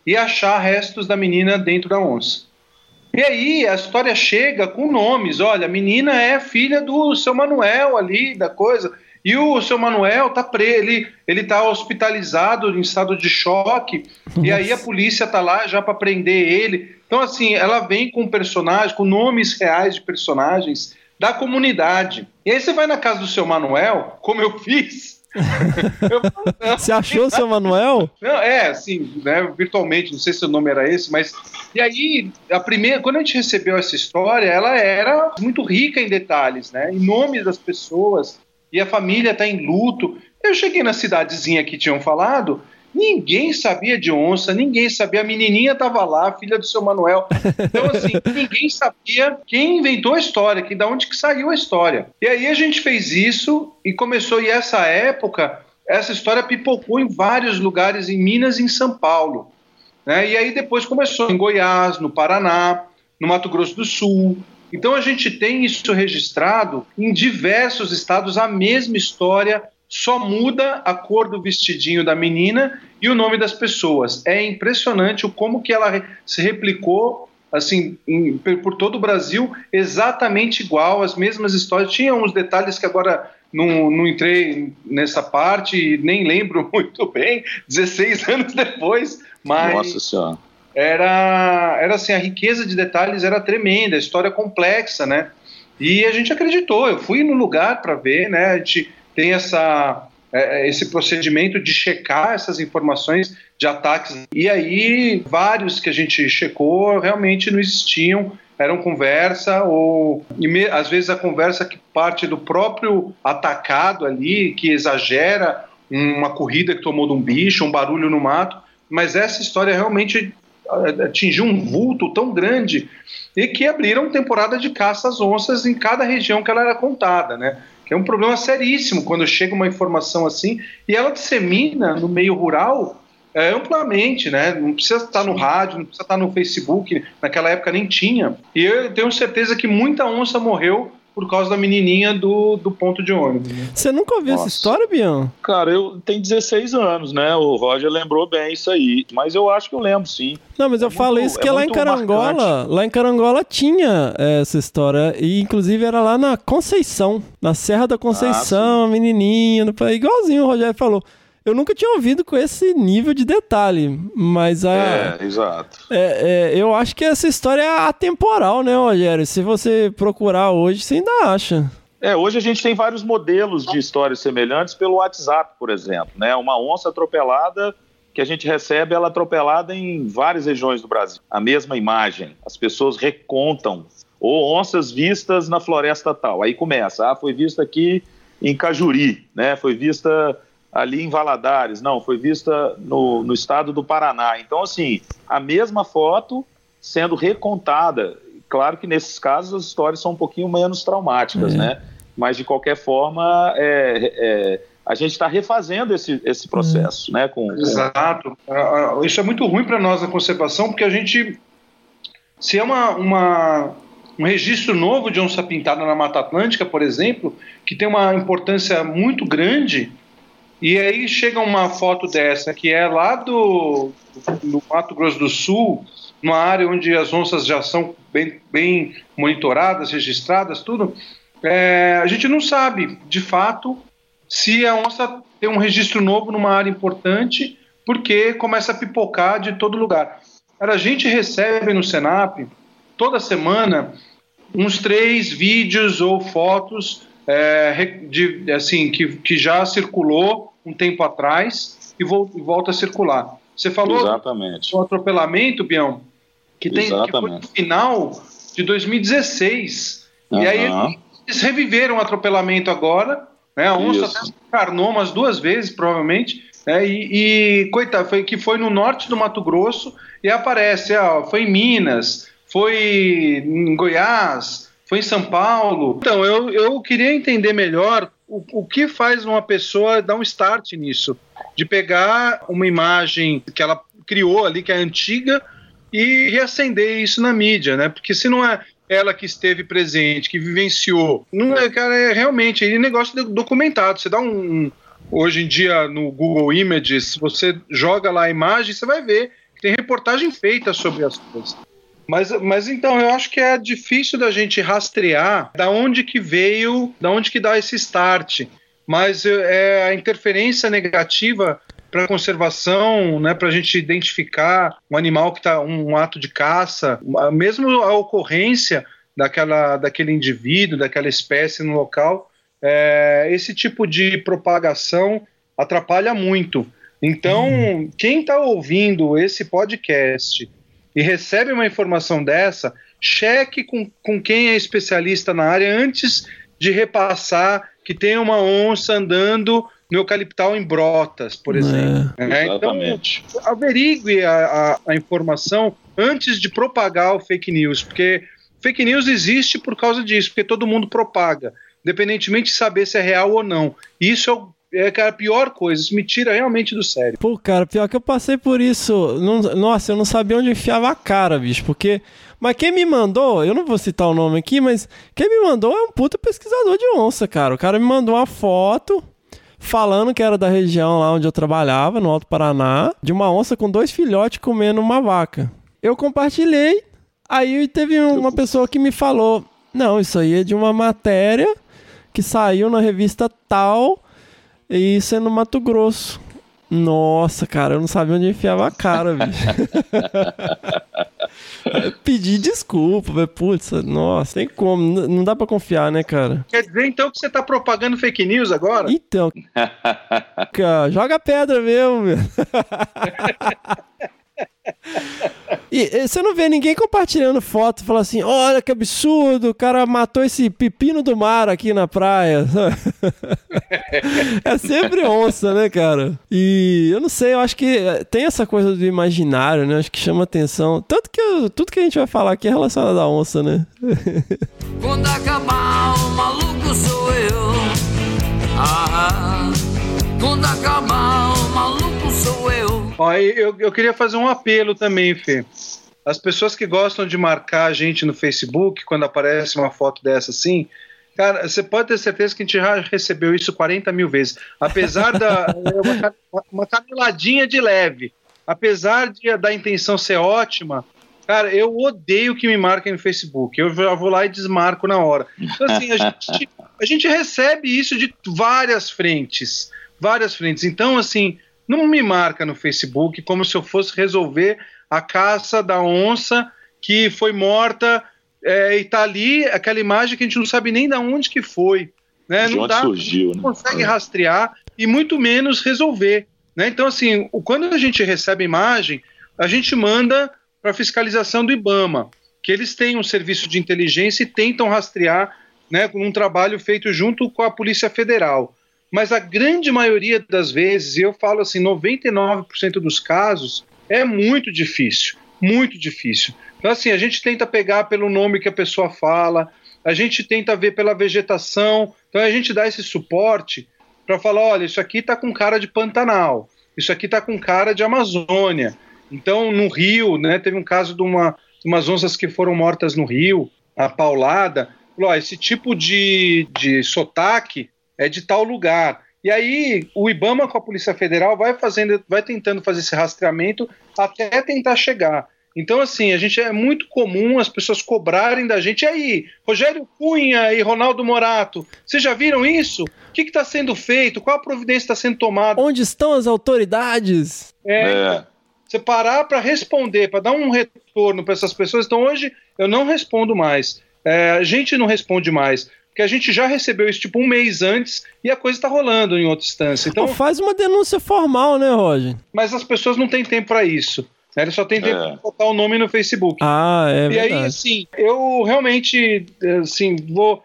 e achar restos da menina dentro da onça. E aí a história chega com nomes, olha, a menina é filha do seu Manuel ali, da coisa, e o seu Manuel tá preso, ele, ele tá hospitalizado em estado de choque, Nossa. E aí a polícia tá lá já para prender ele. Então assim, ela vem com personagens, com nomes reais de personagens da comunidade. E aí você vai na casa do seu Manuel, como eu fiz. eu, não, você achou o seu Manuel? Não, é, assim, né, virtualmente, não sei se o nome era esse, mas... E aí, a primeira, quando a gente recebeu essa história, ela era muito rica em detalhes, né? Em nomes das pessoas, e a família está em luto. Eu cheguei na cidadezinha que tinham falado, ninguém sabia de onça, ninguém sabia, a menininha estava lá, filha do seu Manuel. Então, assim, ninguém sabia quem inventou a história, que, de onde que saiu a história. E aí a gente fez isso e começou, e essa época, essa história pipocou em vários lugares, em Minas e em São Paulo. Né? E aí depois começou em Goiás, no Paraná, no Mato Grosso do Sul. Então a gente tem isso registrado em diversos estados, a mesma história, só muda a cor do vestidinho da menina e o nome das pessoas. É impressionante o como que ela se replicou assim, em, por todo o Brasil, exatamente igual, as mesmas histórias. Tinha uns detalhes que agora não, não entrei nessa parte e nem lembro muito bem, dezesseis anos depois, mas... Nossa Senhora. Era, era assim, a riqueza de detalhes era tremenda, a história complexa, né? E a gente acreditou, eu fui no lugar para ver, né? A gente tem essa, é, esse procedimento de checar essas informações de ataques. E aí, vários que a gente checou realmente não existiam, eram conversa, ou e me, às vezes a conversa que parte do próprio atacado ali, que exagera uma corrida que tomou de um bicho, um barulho no mato, mas essa história realmente atingiu um vulto tão grande e que abriram temporada de caça às onças em cada região que ela era contada, né? Que é um problema seríssimo quando chega uma informação assim e ela dissemina no meio rural é, amplamente, né? Não precisa estar no rádio, não precisa estar no Facebook, naquela época nem tinha. E eu tenho certeza que muita onça morreu por causa da menininha do, do ponto de ônibus. Né? Você nunca ouviu Nossa. essa história, Bião? Cara, eu tenho dezesseis anos, né? O Roger lembrou bem isso aí. Mas eu acho que eu lembro, sim. Não, mas eu é falo muito, isso que é lá em Carangola, marcante. lá em Carangola tinha essa história. E inclusive era lá na Conceição, na Serra da Conceição, ah, a menininha, igualzinho o Rogério falou. Eu nunca tinha ouvido com esse nível de detalhe, mas a... É, exato. É, é, eu acho que essa história é atemporal, né, Rogério? Se você procurar hoje, você ainda acha. É, hoje a gente tem vários modelos de histórias semelhantes pelo WhatsApp, por exemplo, né? Uma onça atropelada que a gente recebe, ela atropelada em várias regiões do Brasil. A mesma imagem, as pessoas recontam. Ou onças vistas na floresta tal. Aí começa, ah, foi vista aqui em Cajuri, né? Foi vista... ali em Valadares, não, foi vista no, no estado do Paraná. Então, assim, a mesma foto sendo recontada. Claro que nesses casos as histórias são um pouquinho menos traumáticas, é. né? Mas, de qualquer forma, é, é, a gente está refazendo esse, esse processo, é. né? Com, com... Exato. Isso é muito ruim para nós na conservação, porque a gente... Se é uma... uma... um registro novo de onça pintada na Mata Atlântica, por exemplo, que tem uma importância muito grande... E aí chega uma foto dessa, que é lá do, do Mato Grosso do Sul, numa área onde as onças já são bem, bem monitoradas, registradas, tudo. É, a gente não sabe, de fato, se a onça tem um registro novo numa área importante, porque começa a pipocar de todo lugar. A gente recebe no Senap, toda semana, uns três vídeos ou fotos É, de, assim, que, que já circulou um tempo atrás e, vo, e volta a circular. Você falou Exatamente. do atropelamento, Bião, que, tem, que foi no final de dois mil e dezesseis. Uhum. E aí eles reviveram o atropelamento agora, né? A onça até encarnou umas duas vezes, provavelmente, né? e, e coitado, foi, que foi no norte do Mato Grosso e aparece, ó, foi em Minas, foi em Goiás, foi em São Paulo. Então, eu, eu queria entender melhor o, o que faz uma pessoa dar um start nisso, de pegar uma imagem que ela criou ali, que é antiga, e reacender isso na mídia, né? Porque se não é ela que esteve presente, que vivenciou, não é, cara, é realmente é negócio documentado. Você dá um... Hoje em dia, no Google Images, você joga lá a imagem, você vai ver tem reportagem feita sobre as coisas. Mas, mas então, eu acho que é difícil da gente rastrear da onde que veio, da onde que dá esse start. Mas é a interferência negativa para a conservação, né, para a gente identificar um animal que está um ato de caça, mesmo a ocorrência daquela, daquele indivíduo, daquela espécie no local, é, esse tipo de propagação atrapalha muito. Então, hum. quem está ouvindo esse podcast e recebe uma informação dessa, cheque com, com quem é especialista na área antes de repassar que tem uma onça andando no eucaliptal em Brotas, por exemplo. É, é, exatamente. Então, averigue a, a, a informação antes de propagar o fake news, porque fake news existe por causa disso, porque todo mundo propaga, independentemente de saber se é real ou não. Isso é o É a pior coisa, isso me tira realmente do sério. Pô, cara, pior que eu passei por isso. Não, nossa, eu não sabia onde enfiava a cara, bicho, porque... Mas quem me mandou, eu não vou citar o nome aqui, mas quem me mandou é um puta pesquisador de onça, cara. O cara me mandou uma foto falando que era da região lá onde eu trabalhava, no Alto Paraná, de uma onça com dois filhotes comendo uma vaca. Eu compartilhei, aí teve uma pessoa que me falou, não, isso aí é de uma matéria que saiu na revista tal... E isso é no Mato Grosso. Nossa, cara, eu não sabia onde enfiava a cara, bicho. Pedi desculpa, velho. Putz, nossa, tem como. Não dá pra confiar, né, cara? Quer dizer, então, que você tá propagando fake news agora? Então. Cara, joga pedra mesmo, meu. E, e você não vê ninguém compartilhando foto e falar assim, olha que absurdo, o cara matou esse pepino do mar aqui na praia. É sempre onça, né, cara? E eu não sei, eu acho que tem essa coisa do imaginário, né? Acho que chama atenção. Tanto que eu, tudo que a gente vai falar aqui é relacionado à onça, né? Quando acabar o maluco sou eu. Ah, quando acabar o maluco sou eu. Ó, eu, eu queria fazer um apelo também, Fê. As pessoas que gostam de marcar a gente no Facebook, quando aparece uma foto dessa assim, cara, você pode ter certeza que a gente já recebeu isso quarenta mil vezes. Apesar da uma, uma caneladinha de leve, apesar de, da intenção ser ótima, cara, eu odeio que me marquem no Facebook. Eu já vou lá e desmarco na hora. Então, assim, a gente, a gente recebe isso de várias frentes. Várias frentes. Então, assim... Não me marca no Facebook como se eu fosse resolver a caça da onça que foi morta é, e tá ali, aquela imagem que a gente não sabe nem de onde que foi. Né? De não onde dá, surgiu, não né? consegue rastrear e muito menos resolver. Né? Então, assim, quando a gente recebe a imagem, a gente manda para fiscalização do IBAMA, que eles têm um serviço de inteligência e tentam rastrear, né, com um trabalho feito junto com a Polícia Federal. Mas a grande maioria das vezes, e eu falo assim, noventa e nove por cento dos casos, é muito difícil, muito difícil. Então assim, a gente tenta pegar pelo nome que a pessoa fala, a gente tenta ver pela vegetação, então a gente dá esse suporte para falar, olha, isso aqui está com cara de Pantanal, isso aqui está com cara de Amazônia. Então no Rio, né, teve um caso de uma, umas onças que foram mortas no Rio, a paulada, falou, ó, esse tipo de, de sotaque é de tal lugar. E aí o IBAMA com a Polícia Federal vai fazendo, vai tentando fazer esse rastreamento até tentar chegar. Então, assim, a gente é muito comum as pessoas cobrarem da gente. E aí, Rogério Cunha e Ronaldo Morato, vocês já viram isso? O que está sendo feito? Qual a providência está sendo tomada? Onde estão as autoridades? É, é. Você parar para responder, para dar um retorno para essas pessoas. Então, hoje, eu não respondo mais. É, a gente não responde mais. Porque a gente já recebeu isso tipo um mês antes e a coisa está rolando em outra instância. Então, oh, faz uma denúncia formal, né, Roger? Mas as pessoas não têm tempo para isso. Né? Eles só têm tempo é. para botar o nome no Facebook. Ah, é e verdade. aí, assim, eu realmente, assim, vou...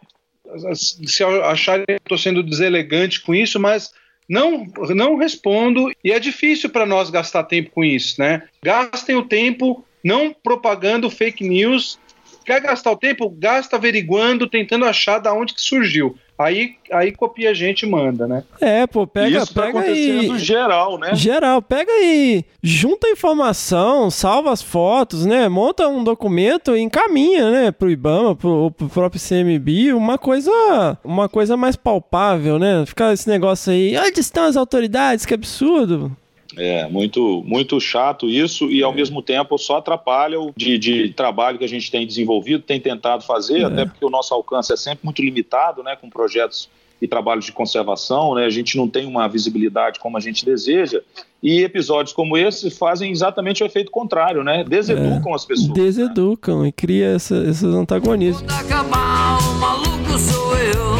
Se acharem que eu estou sendo deselegante com isso, mas não, não respondo. E é difícil para nós gastar tempo com isso, né? Gastem o tempo não propagando fake news. Quer gastar o tempo? Gasta averiguando, tentando achar da onde que surgiu. Aí, aí copia a gente e manda, né? É, pô, pega, Isso tá pega acontecendo aí. geral, né? Geral, pega aí, junta a informação, salva as fotos, né? Monta um documento e encaminha, né? Pro IBAMA, pro, pro próprio C M B, uma coisa, uma coisa mais palpável, né? Ficar esse negócio aí, onde estão as autoridades? Que absurdo. É, muito, muito chato isso e, ao é. mesmo tempo, só atrapalha o de, de trabalho que a gente tem desenvolvido, tem tentado fazer, é. até porque o nosso alcance é sempre muito limitado, né, com projetos e trabalhos de conservação, né, a gente não tem uma visibilidade como a gente deseja, e episódios como esse fazem exatamente o efeito contrário, né, deseducam é. as pessoas. Deseducam, né? E cria essa, esses antagonismos. Quando acabar, o maluco sou eu.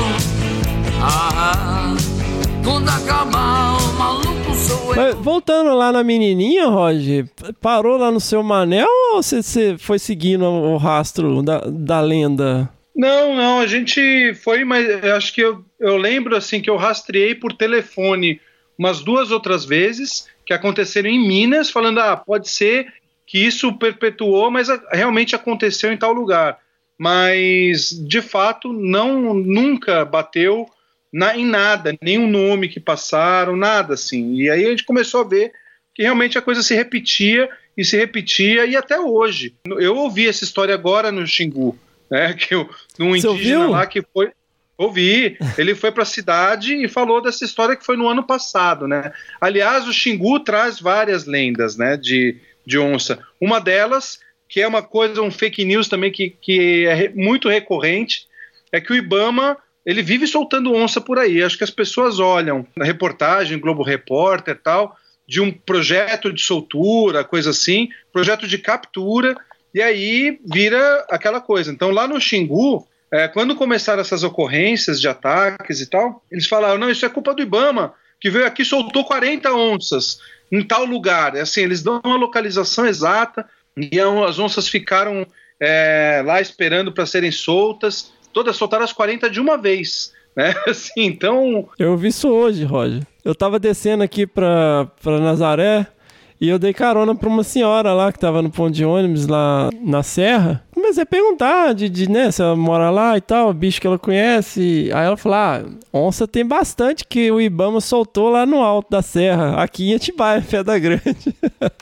Ah, quando acabar, o maluco sou eu. Mas, voltando lá na menininha, Roger, parou lá no seu Manel ou você, você foi seguindo o rastro da, da lenda? Não, não, a gente foi, mas eu acho que eu, eu lembro assim que eu rastreei por telefone umas duas outras vezes que aconteceram em Minas, falando, ah, pode ser que isso perpetuou, mas a, realmente aconteceu em tal lugar. Mas, de fato, não, nunca bateu Na, em nada, nenhum nome que passaram, nada assim. E aí a gente começou a ver que realmente a coisa se repetia e se repetia, e até hoje. Eu ouvi essa história agora no Xingu, né? Que eu, um indígena lá que foi. Ouvi, ele foi para a cidade e falou dessa história que foi no ano passado, né? Aliás, o Xingu traz várias lendas, né? De, de onça. Uma delas, que é uma coisa, um fake news também que, que é muito recorrente, é que o Ibama ele vive soltando onça por aí. Acho que as pessoas olham na reportagem, Globo Repórter e tal, de um projeto de soltura, coisa assim, projeto de captura, e aí vira aquela coisa. Então lá no Xingu, é, quando começaram essas ocorrências de ataques e tal, eles falaram, não, isso é culpa do Ibama, que veio aqui e soltou quarenta onças em tal lugar. Assim, eles dão uma localização exata, e as onças ficaram é, lá esperando para serem soltas. Todas soltaram as quarenta de uma vez, né? Assim, então... Eu vi isso hoje, Roger. Eu tava descendo aqui pra, pra Nazaré e eu dei carona pra uma senhora lá que tava no ponto de ônibus lá na Serra. Comecei a perguntar de, de, né, se ela mora lá e tal, bicho que ela conhece. Aí ela falou, ah, onça tem bastante que o Ibama soltou lá no alto da Serra, aqui em Atibaia, Pedra Grande.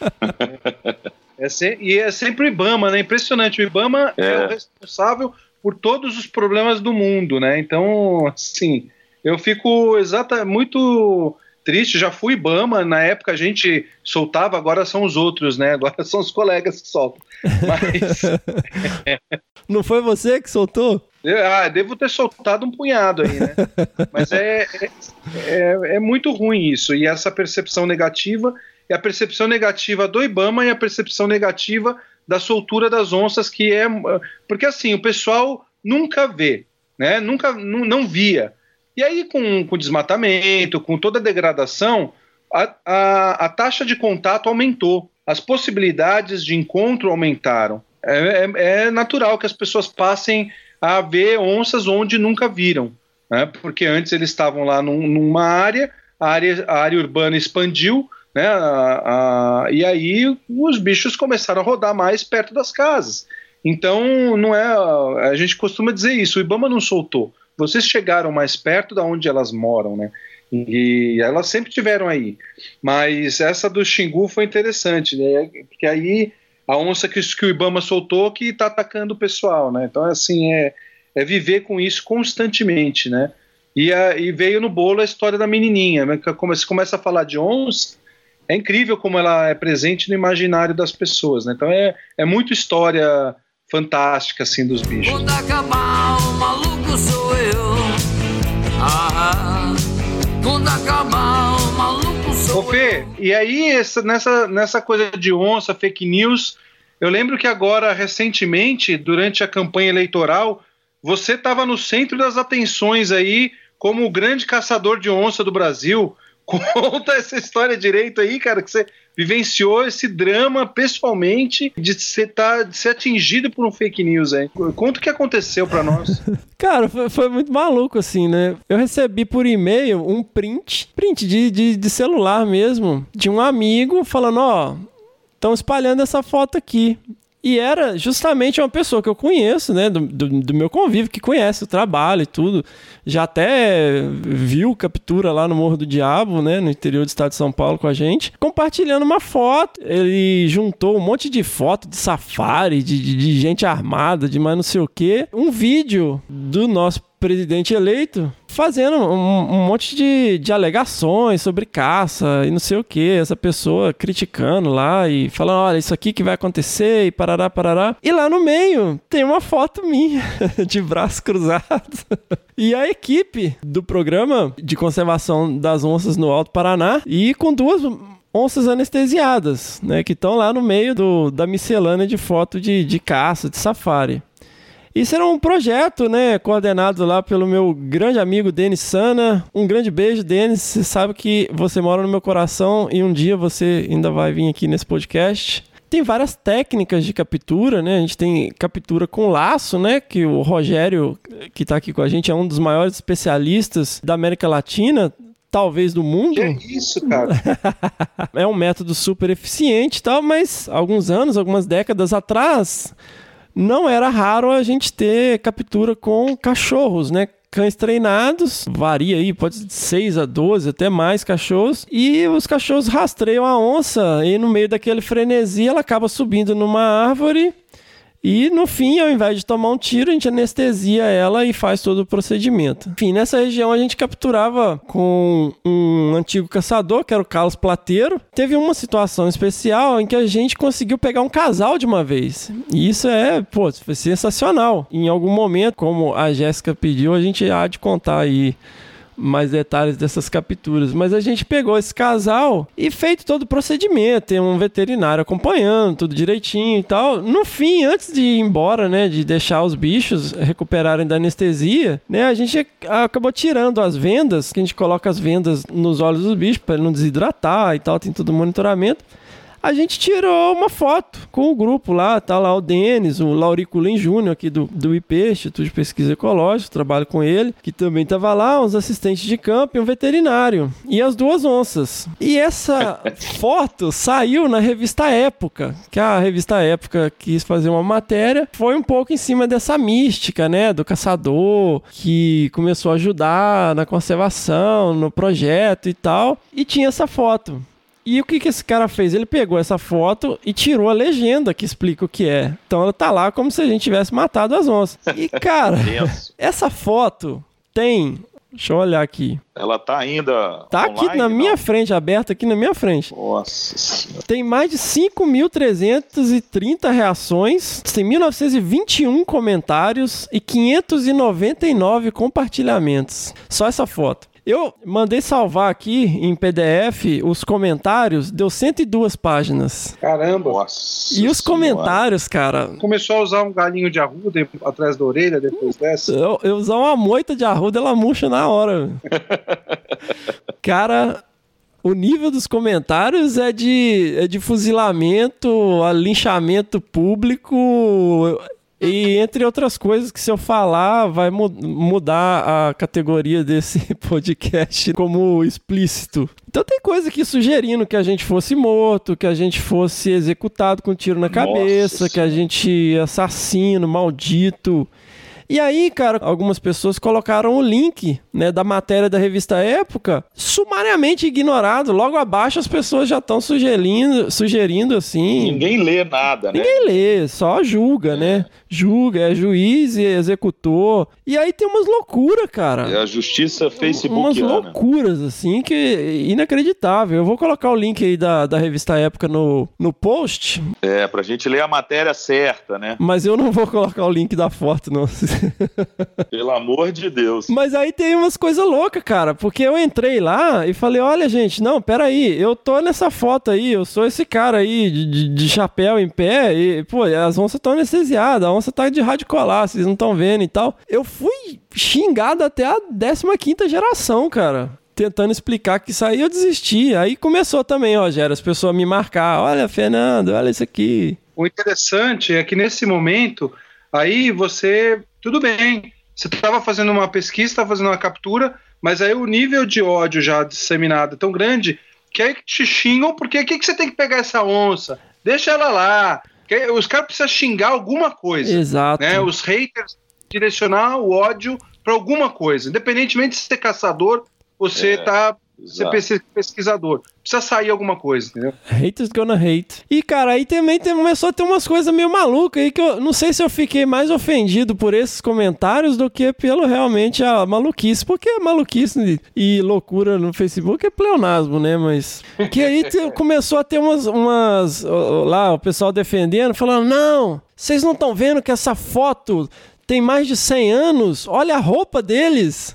É se... E é sempre o Ibama, né? Impressionante. O Ibama é, é o responsável por todos os problemas do mundo, né? Então, assim, eu fico exata, muito triste. Já fui Ibama, na época a gente soltava, agora são os outros, né? Agora são os colegas que soltam. Mas... Não foi você que soltou? Eu, ah, devo ter soltado um punhado aí, né? Mas é, é, é muito ruim isso. E essa percepção negativa é a percepção negativa do Ibama e a percepção negativa da soltura das onças, que é... Porque assim, o pessoal nunca vê, né? Nunca, não, não via. E aí, com o desmatamento, com toda a degradação, a, a, a taxa de contato aumentou. As possibilidades de encontro aumentaram. É, é, é natural que as pessoas passem a ver onças onde nunca viram, né? Porque antes eles estavam lá num, numa área, a área, a área urbana expandiu, né, a, a, e aí os bichos começaram a rodar mais perto das casas. Então não é, a gente costuma dizer isso, o Ibama não soltou, vocês chegaram mais perto da onde elas moram, né? E elas sempre tiveram aí. Mas essa do Xingu foi interessante, né? Porque aí a onça que, que o Ibama soltou que está atacando o pessoal, né? Então assim, é, é viver com isso constantemente, né? E, a, e veio no bolo a história da menininha, né? Você começa a falar de onça, é incrível como ela é presente no imaginário das pessoas, né? Então é, é muito história fantástica, assim, dos bichos. Quando acabar, o maluco sou eu. Ah, quando acabar, o maluco sou Ô, Fê, eu. E aí, essa, nessa, nessa coisa de onça, fake news, eu lembro que agora, recentemente, durante a campanha eleitoral, você estava no centro das atenções aí, como o grande caçador de onça do Brasil. Conta essa história direito aí, cara, que você vivenciou esse drama pessoalmente de ser, tá, de ser atingido por um fake news aí. Conta o que aconteceu pra nós. Cara, foi, foi muito maluco assim, né? Eu recebi por e-mail um print, print de, de, de celular mesmo, de um amigo falando, ó, estão espalhando essa foto aqui. E era justamente uma pessoa que eu conheço, né, do, do, do meu convívio, que conhece o trabalho e tudo. Já até viu captura lá no Morro do Diabo, né, no interior do estado de São Paulo com a gente, compartilhando uma foto. Ele juntou um monte de foto de safari, de, de, de gente armada, de mais não sei o quê. Um vídeo do nosso presidente eleito fazendo um, um monte de, de alegações sobre caça e não sei o que, essa pessoa criticando lá e falando, olha, isso aqui que vai acontecer e parará, parará. E lá no meio tem uma foto minha de braços cruzados. E a equipe do programa de conservação das onças no Alto Paraná e com duas onças anestesiadas, né, que estão lá no meio do, da miscelânea de foto de, de caça, de safari. Isso era um projeto, né, coordenado lá pelo meu grande amigo Denis Sana. Um grande beijo, Denis. Você sabe que você mora no meu coração e um dia você ainda vai vir aqui nesse podcast. Tem várias técnicas de captura, né? A gente tem captura com laço, né? Que o Rogério, que está aqui com a gente, é um dos maiores especialistas da América Latina, talvez do mundo. Que é isso, cara? É um método super eficiente e tal, mas alguns anos, algumas décadas atrás, não era raro a gente ter captura com cachorros, né? Cães treinados, varia aí, pode ser de seis a doze, até mais cachorros, e os cachorros rastreiam a onça e no meio daquele frenesi ela acaba subindo numa árvore e no fim, ao invés de tomar um tiro, a gente anestesia ela e faz todo o procedimento. Enfim, nessa região a gente capturava com um antigo caçador, que era o Carlos Plateiro. Teve uma situação especial em que a gente conseguiu pegar um casal de uma vez. E isso é, pô, foi sensacional. Em algum momento, como a Jéssica pediu, a gente há de contar aí mais detalhes dessas capturas, mas a gente pegou esse casal e feito todo o procedimento, tem um veterinário acompanhando tudo direitinho e tal. No fim, antes de ir embora, né, de deixar os bichos recuperarem da anestesia, né, a gente acabou tirando as vendas, que a gente coloca as vendas nos olhos dos bichos para ele não desidratar e tal, tem todo o monitoramento. A gente tirou uma foto com o grupo lá, tá lá o Denis, o Laurico Lin Júnior aqui do, do I P, Instituto de Pesquisa Ecológica, trabalho com ele, que também tava lá, uns assistentes de campo e um veterinário, e as duas onças. E essa foto saiu na revista Época, que a revista Época quis fazer uma matéria, foi um pouco em cima dessa mística, né, do caçador, que começou a ajudar na conservação, no projeto e tal, e tinha essa foto. E o que, que esse cara fez? Ele pegou essa foto e tirou a legenda que explica o que é. Então ela tá lá como se a gente tivesse matado as onças. E, cara, essa foto tem... Deixa eu olhar aqui. Ela tá ainda Tá online, aqui na não? minha frente, aberta aqui na minha frente. Nossa Senhora. Tem mais de cinco mil trezentas e trinta reações, tem mil novecentos e vinte e um comentários e quinhentos e noventa e nove compartilhamentos. Só essa foto. Eu mandei salvar aqui em P D F os comentários, deu cento e duas páginas. Caramba. Nossa E os Senhora. comentários, cara... Começou a usar um galinho de arruda atrás da orelha depois dessa? Eu, eu usar uma moita de arruda, ela murcha na hora. Cara... O nível dos comentários é de, é de fuzilamento, a linchamento público e entre outras coisas que se eu falar vai mu- mudar a categoria desse podcast como explícito. Então tem coisa aqui sugerindo que a gente fosse morto, que a gente fosse executado com um tiro na cabeça, Nossa que a gente assassino, maldito... E aí, cara, algumas pessoas colocaram o link, né, da matéria da revista Época, sumariamente ignorado. Logo abaixo as pessoas já estão sugerindo, sugerindo assim... Ninguém lê nada, né? Ninguém lê, só julga, né? Julga, é juiz e executor. E aí tem umas loucuras, cara. É a justiça Umas facebookiana. loucuras, assim, que é inacreditável. Eu vou colocar o link aí da, da revista Época no, no post. É, pra gente ler a matéria certa, né? Mas eu não vou colocar o link da foto, não. Pelo amor de Deus. Mas aí tem umas coisas loucas, cara, porque eu entrei lá e falei, olha, gente, não, peraí, eu tô nessa foto aí, eu sou esse cara aí de, de, de chapéu em pé e, pô, as onças estão anestesiadas, a onça tá de rádio colar, vocês não estão vendo e tal. Eu fui xingado até a décima quinta geração, cara. Tentando explicar que isso aí eu desisti. Aí começou também, Rogério, as pessoas me marcar, olha, Fernando, olha isso aqui. O interessante é que nesse momento, aí você... Tudo bem, você estava fazendo uma pesquisa, estava fazendo uma captura, mas aí o nível de ódio já disseminado é tão grande que aí te xingam, porque o que, que você tem que pegar essa onça? Deixa ela lá. Que os caras precisam xingar alguma coisa. Exato. Né? Os haters direcionar o ódio para alguma coisa. Independentemente de ser caçador, você está Exato. Ser pesquisador. Precisa sair alguma coisa, entendeu? Haters gonna hate. E, cara, aí também tem, começou a ter umas coisas meio malucas aí que eu não sei se eu fiquei mais ofendido por esses comentários do que pelo realmente a maluquice. Porque maluquice e loucura no Facebook é pleonasmo, né? Mas que aí te, começou a ter umas, umas... Lá, o pessoal defendendo, falando, não, vocês não estão vendo que essa foto... tem mais de cem anos, olha a roupa deles.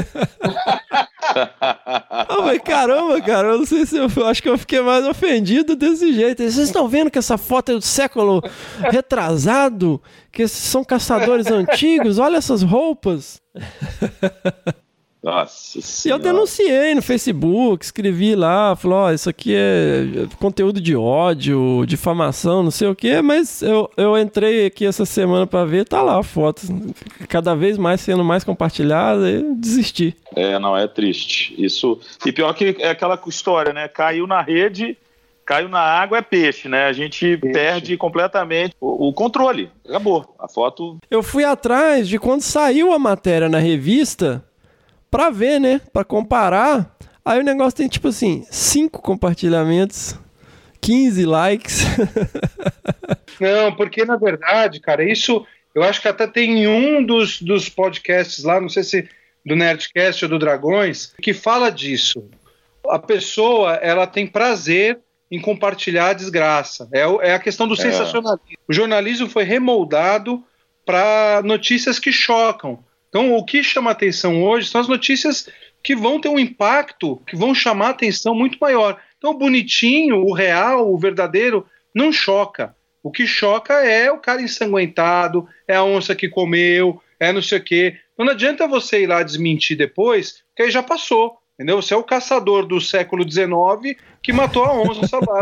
Oh, mas caramba, cara, eu não sei se eu, eu acho que eu fiquei mais ofendido desse jeito. Vocês estão vendo que essa foto é do século retrasado? Que esses são caçadores antigos? Olha essas roupas. Nossa Senhora. E eu denunciei no Facebook, escrevi lá, falou, ó, oh, isso aqui é conteúdo de ódio, difamação, não sei o quê, mas eu, eu entrei aqui essa semana pra ver, tá lá a foto, cada vez mais sendo mais compartilhada, e desisti. É, não, é triste. Isso, e pior que é aquela história, né, caiu na rede, caiu na água, é peixe, né, a gente peixe. perde completamente o, o controle, acabou, a foto... Eu fui atrás de quando saiu a matéria na revista... pra ver, né? Pra comparar. Aí o negócio tem, tipo assim, cinco compartilhamentos, quinze likes. Não, porque, na verdade, cara, isso... Eu acho que até tem um dos, dos podcasts lá, não sei se do Nerdcast ou do Dragões, que fala disso. A pessoa, ela tem prazer em compartilhar a desgraça. É, é a questão do é. sensacionalismo. O jornalismo foi remoldado para notícias que chocam. Então, o que chama atenção hoje são as notícias que vão ter um impacto, que vão chamar atenção muito maior. Então, o bonitinho, o real, o verdadeiro, não choca. O que choca é o cara ensanguentado, é a onça que comeu, é não sei o quê. Então, não adianta você ir lá desmentir depois, porque aí já passou, entendeu? Você é o caçador do século dezenove que matou a onça lá.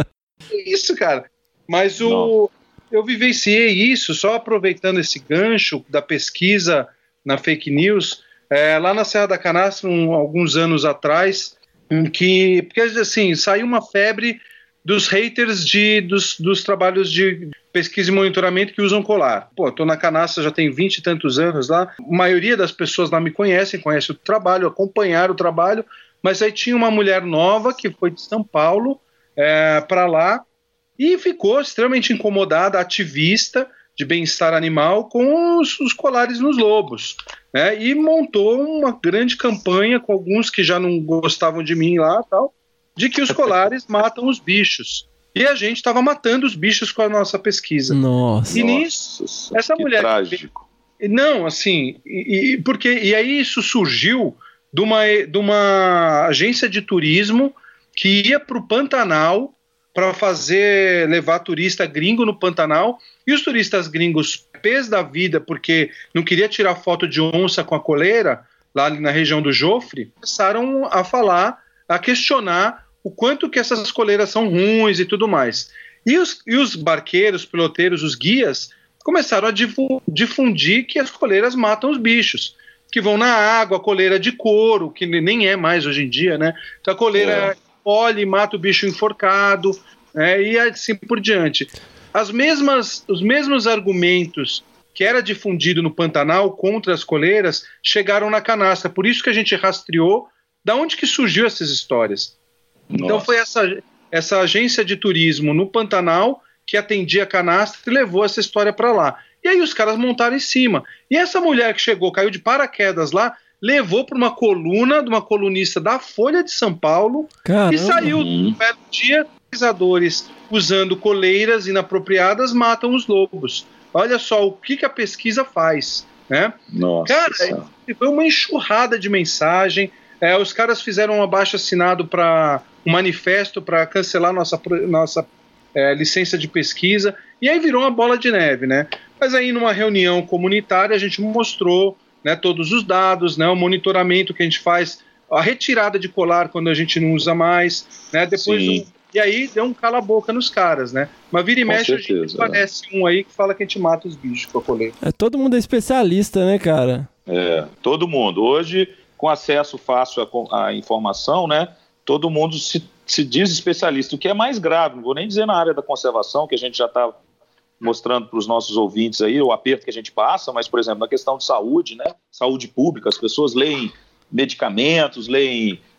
É isso, cara. Mas o, eu vivenciei isso, só aproveitando esse gancho da pesquisa na fake news, é, lá na Serra da Canastra, um, alguns anos atrás, que, porque assim, saiu uma febre dos haters de, dos, dos trabalhos de pesquisa e monitoramento que usam colar. Pô, tô na Canastra já tem vinte e tantos anos lá, a maioria das pessoas lá me conhecem, conhecem o trabalho, acompanharam o trabalho, mas aí tinha uma mulher nova que foi de São Paulo é, para lá e ficou extremamente incomodada, ativista, de bem-estar animal com os, os colares nos lobos, né? E montou uma grande campanha com alguns que já não gostavam de mim lá, tal, de que os colares matam os bichos. E a gente estava matando os bichos com a nossa pesquisa. Nossa. E nisso, nossa, essa que mulher... trágico. Não, assim, e, e, porque, e aí isso surgiu de uma, de uma agência de turismo que ia para o Pantanal para fazer, levar turista gringo no Pantanal, e os turistas gringos, pés da vida, porque não queria tirar foto de onça com a coleira, lá na região do Jofre, começaram a falar, a questionar o quanto que essas coleiras são ruins e tudo mais. E os, e os barqueiros, piloteiros, os guias, começaram a difundir que as coleiras matam os bichos, que vão na água, a coleira de couro, que nem é mais hoje em dia, né? Então a coleira... É. Olha e mata o bicho enforcado, né, e assim por diante. As mesmas, os mesmos argumentos que era difundido no Pantanal contra as coleiras chegaram na Canastra, por isso que a gente rastreou da onde que surgiu essas histórias. Nossa. Então foi essa, essa agência de turismo no Pantanal que atendia a Canastra e levou essa história para lá. E aí os caras montaram em cima. E essa mulher que chegou, caiu de paraquedas lá, levou para uma coluna de uma colunista da Folha de São Paulo. Caramba. E saiu um belo dia, pesquisadores usando coleiras inapropriadas matam os lobos. Olha só o que, que a pesquisa faz, né? Nossa, cara, foi uma enxurrada de mensagem. É, os caras fizeram um abaixo-assinado para um manifesto para cancelar nossa, nossa é, licença de pesquisa, e aí virou uma bola de neve, né? Mas aí numa reunião comunitária a gente mostrou, né, todos os dados, né, o monitoramento que a gente faz, a retirada de colar quando a gente não usa mais, né, depois um, e aí deu um cala-boca nos caras, né, mas vira e com mexe certeza, a gente parece é. um aí que fala que a gente mata os bichos com a coleira. É, todo mundo é especialista, né, cara? É, todo mundo. Hoje, com acesso fácil à, à informação, né, todo mundo se, se diz especialista, o que é mais grave, não vou nem dizer na área da conservação, que a gente já está mostrando para os nossos ouvintes aí o aperto que a gente passa, mas, por exemplo, na questão de saúde, né, saúde pública, as pessoas leem medicamentos, leem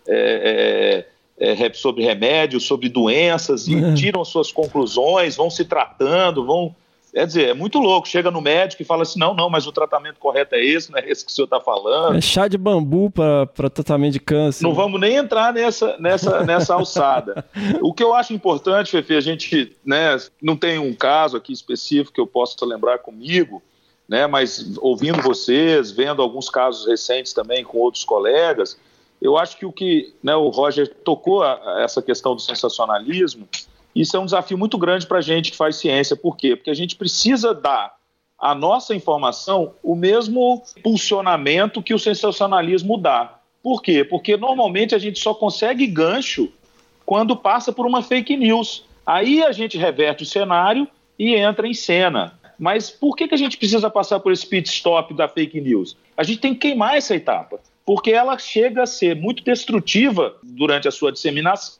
é, é, é, sobre remédios, sobre doenças, e Uhum. tiram suas conclusões, vão se tratando, vão... Quer dizer, é muito louco. Chega no médico e fala assim, não, não, mas o tratamento correto é esse, não é esse que o senhor está falando. É chá de bambu para tratamento de câncer. Não vamos nem entrar nessa, nessa, nessa alçada. O que eu acho importante, Fefe, a gente, né, não tem um caso aqui específico que eu possa lembrar comigo, né, mas ouvindo vocês, vendo alguns casos recentes também com outros colegas, eu acho que o que, né, o Roger tocou a, a essa questão do sensacionalismo. Isso é um desafio muito grande para a gente que faz ciência. Por quê? Porque a gente precisa dar à nossa informação o mesmo impulsionamento que o sensacionalismo dá. Por quê? Porque normalmente a gente só consegue gancho quando passa por uma fake news. Aí a gente reverte o cenário e entra em cena. Mas por que, que a gente precisa passar por esse pit stop da fake news? A gente tem que queimar essa etapa, porque ela chega a ser muito destrutiva durante a sua disseminação.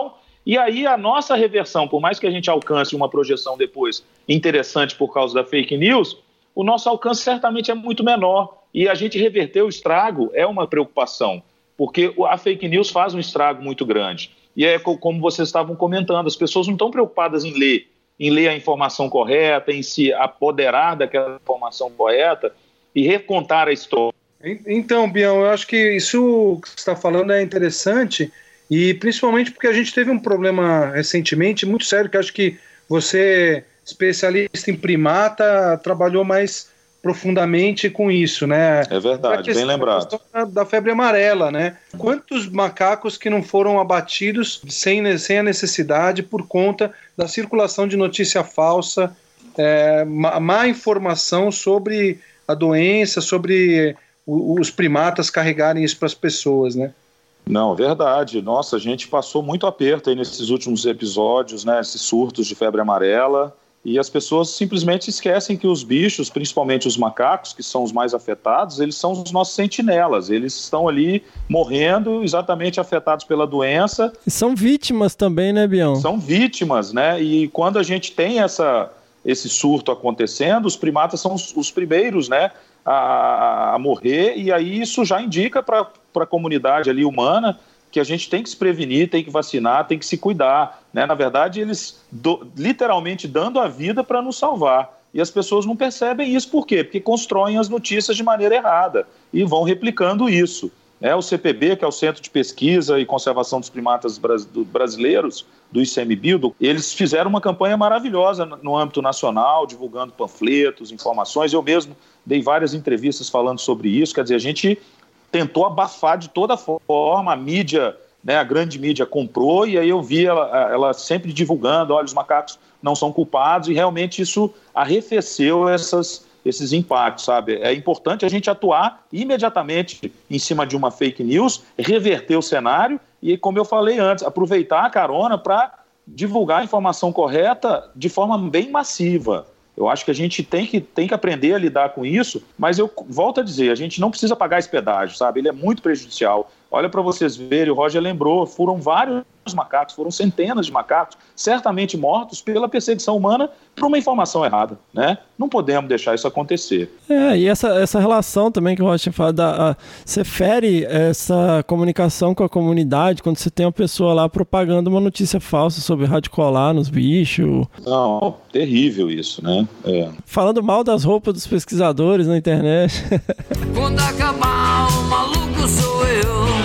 E aí a nossa reversão, por mais que a gente alcance uma projeção depois interessante por causa da fake news, o nosso alcance certamente é muito menor. E a gente reverter o estrago é uma preocupação, porque a fake news faz um estrago muito grande. E é como vocês estavam comentando, as pessoas não estão preocupadas em ler, em ler a informação correta, em se apoderar daquela informação correta e recontar a história. Então, Bião, eu acho que isso que você está falando é interessante. E principalmente porque a gente teve um problema recentemente muito sério, que acho que você, especialista em primata, trabalhou mais profundamente com isso, né? É verdade, questão, bem lembrado. Da, da febre amarela, né? Quantos macacos que não foram abatidos sem, sem a necessidade por conta da circulação de notícia falsa, é, má, má informação sobre a doença, sobre o, os primatas carregarem isso para as pessoas, né? Não, verdade. Nossa, a gente passou muito aperto aí nesses últimos episódios, né? Esses surtos de febre amarela. E as pessoas simplesmente esquecem que os bichos, principalmente os macacos, que são os mais afetados, eles são os nossos sentinelas. Eles estão ali morrendo, exatamente afetados pela doença. E são vítimas também, né, Bião? São vítimas, né? E quando a gente tem essa, esse surto acontecendo, os primatas são os, os primeiros, né, a, a morrer. E aí isso já indica para para a comunidade ali humana que a gente tem que se prevenir, tem que vacinar, tem que se cuidar, né? Na verdade, eles do, literalmente dando a vida para nos salvar. E as pessoas não percebem isso. Por quê? Porque constroem as notícias de maneira errada e vão replicando isso. É, o C P B, que é o Centro de Pesquisa e Conservação dos Primatas Brasileiros, do I C M B I, eles fizeram uma campanha maravilhosa no âmbito nacional, divulgando panfletos, informações. Eu mesmo dei várias entrevistas falando sobre isso. Quer dizer, a gente tentou abafar de toda forma, a mídia, né, a grande mídia comprou, e aí eu vi ela, ela sempre divulgando, olha, os macacos não são culpados, e realmente isso arrefeceu essas, esses impactos, sabe? É importante a gente atuar imediatamente em cima de uma fake news, reverter o cenário e, como eu falei antes, aproveitar a carona para divulgar a informação correta de forma bem massiva. Eu acho que a gente tem que, tem que aprender a lidar com isso, mas eu volto a dizer, a gente não precisa pagar esse pedágio, sabe? Ele é muito prejudicial. Olha para vocês verem, o Roger lembrou, foram vários macacos, foram centenas de macacos, certamente mortos pela perseguição humana por uma informação errada, né? Não podemos deixar isso acontecer. É, e essa, essa relação também que o Roger fala, da, a, você fere essa comunicação com a comunidade quando você tem uma pessoa lá propagando uma notícia falsa sobre radicolar nos bichos. Não, terrível isso, né? É. Falando mal das roupas dos pesquisadores na internet. Quando acabar o maluco sou eu.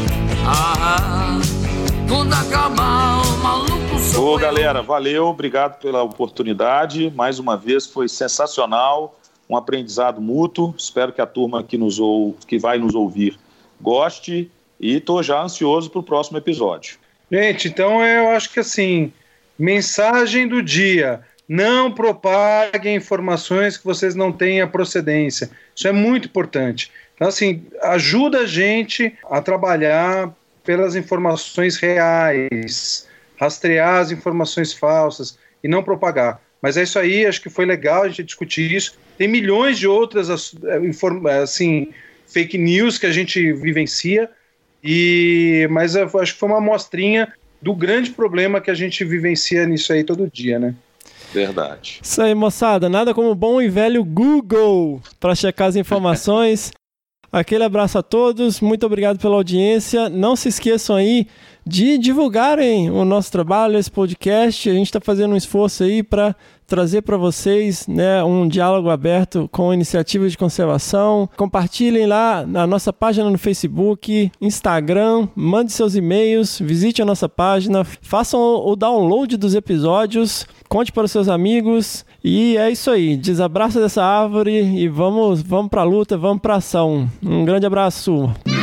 Ah, quando acabar o maluco sou Ô, eu. galera, valeu, obrigado pela oportunidade. Mais uma vez, foi sensacional, um aprendizado mútuo. Espero que a turma que, nos ou... que vai nos ouvir goste e estou já ansioso para o próximo episódio. Gente, então eu acho que assim, mensagem do dia: não propaguem informações que vocês não têm a procedência. Isso é muito importante. Então, assim, ajuda a gente a trabalhar pelas informações reais, rastrear as informações falsas e não propagar. Mas é isso aí, acho que foi legal a gente discutir isso. Tem milhões de outras assim, fake news que a gente vivencia, e, mas eu acho que foi uma amostrinha do grande problema que a gente vivencia nisso aí todo dia, né? Verdade. Isso aí, moçada. Nada como bom e velho Google para checar as informações. Aquele abraço a todos, muito obrigado pela audiência. Não se esqueçam aí de divulgarem o nosso trabalho, esse podcast. A gente está fazendo um esforço aí para trazer para vocês, né, um diálogo aberto com iniciativas de conservação. Compartilhem lá na nossa página no Facebook, Instagram, mande seus e-mails, visite a nossa página, façam o download dos episódios, conte para os seus amigos e é isso aí. Desabraça dessa árvore e vamos, vamos para a luta, vamos para a ação. Um grande abraço.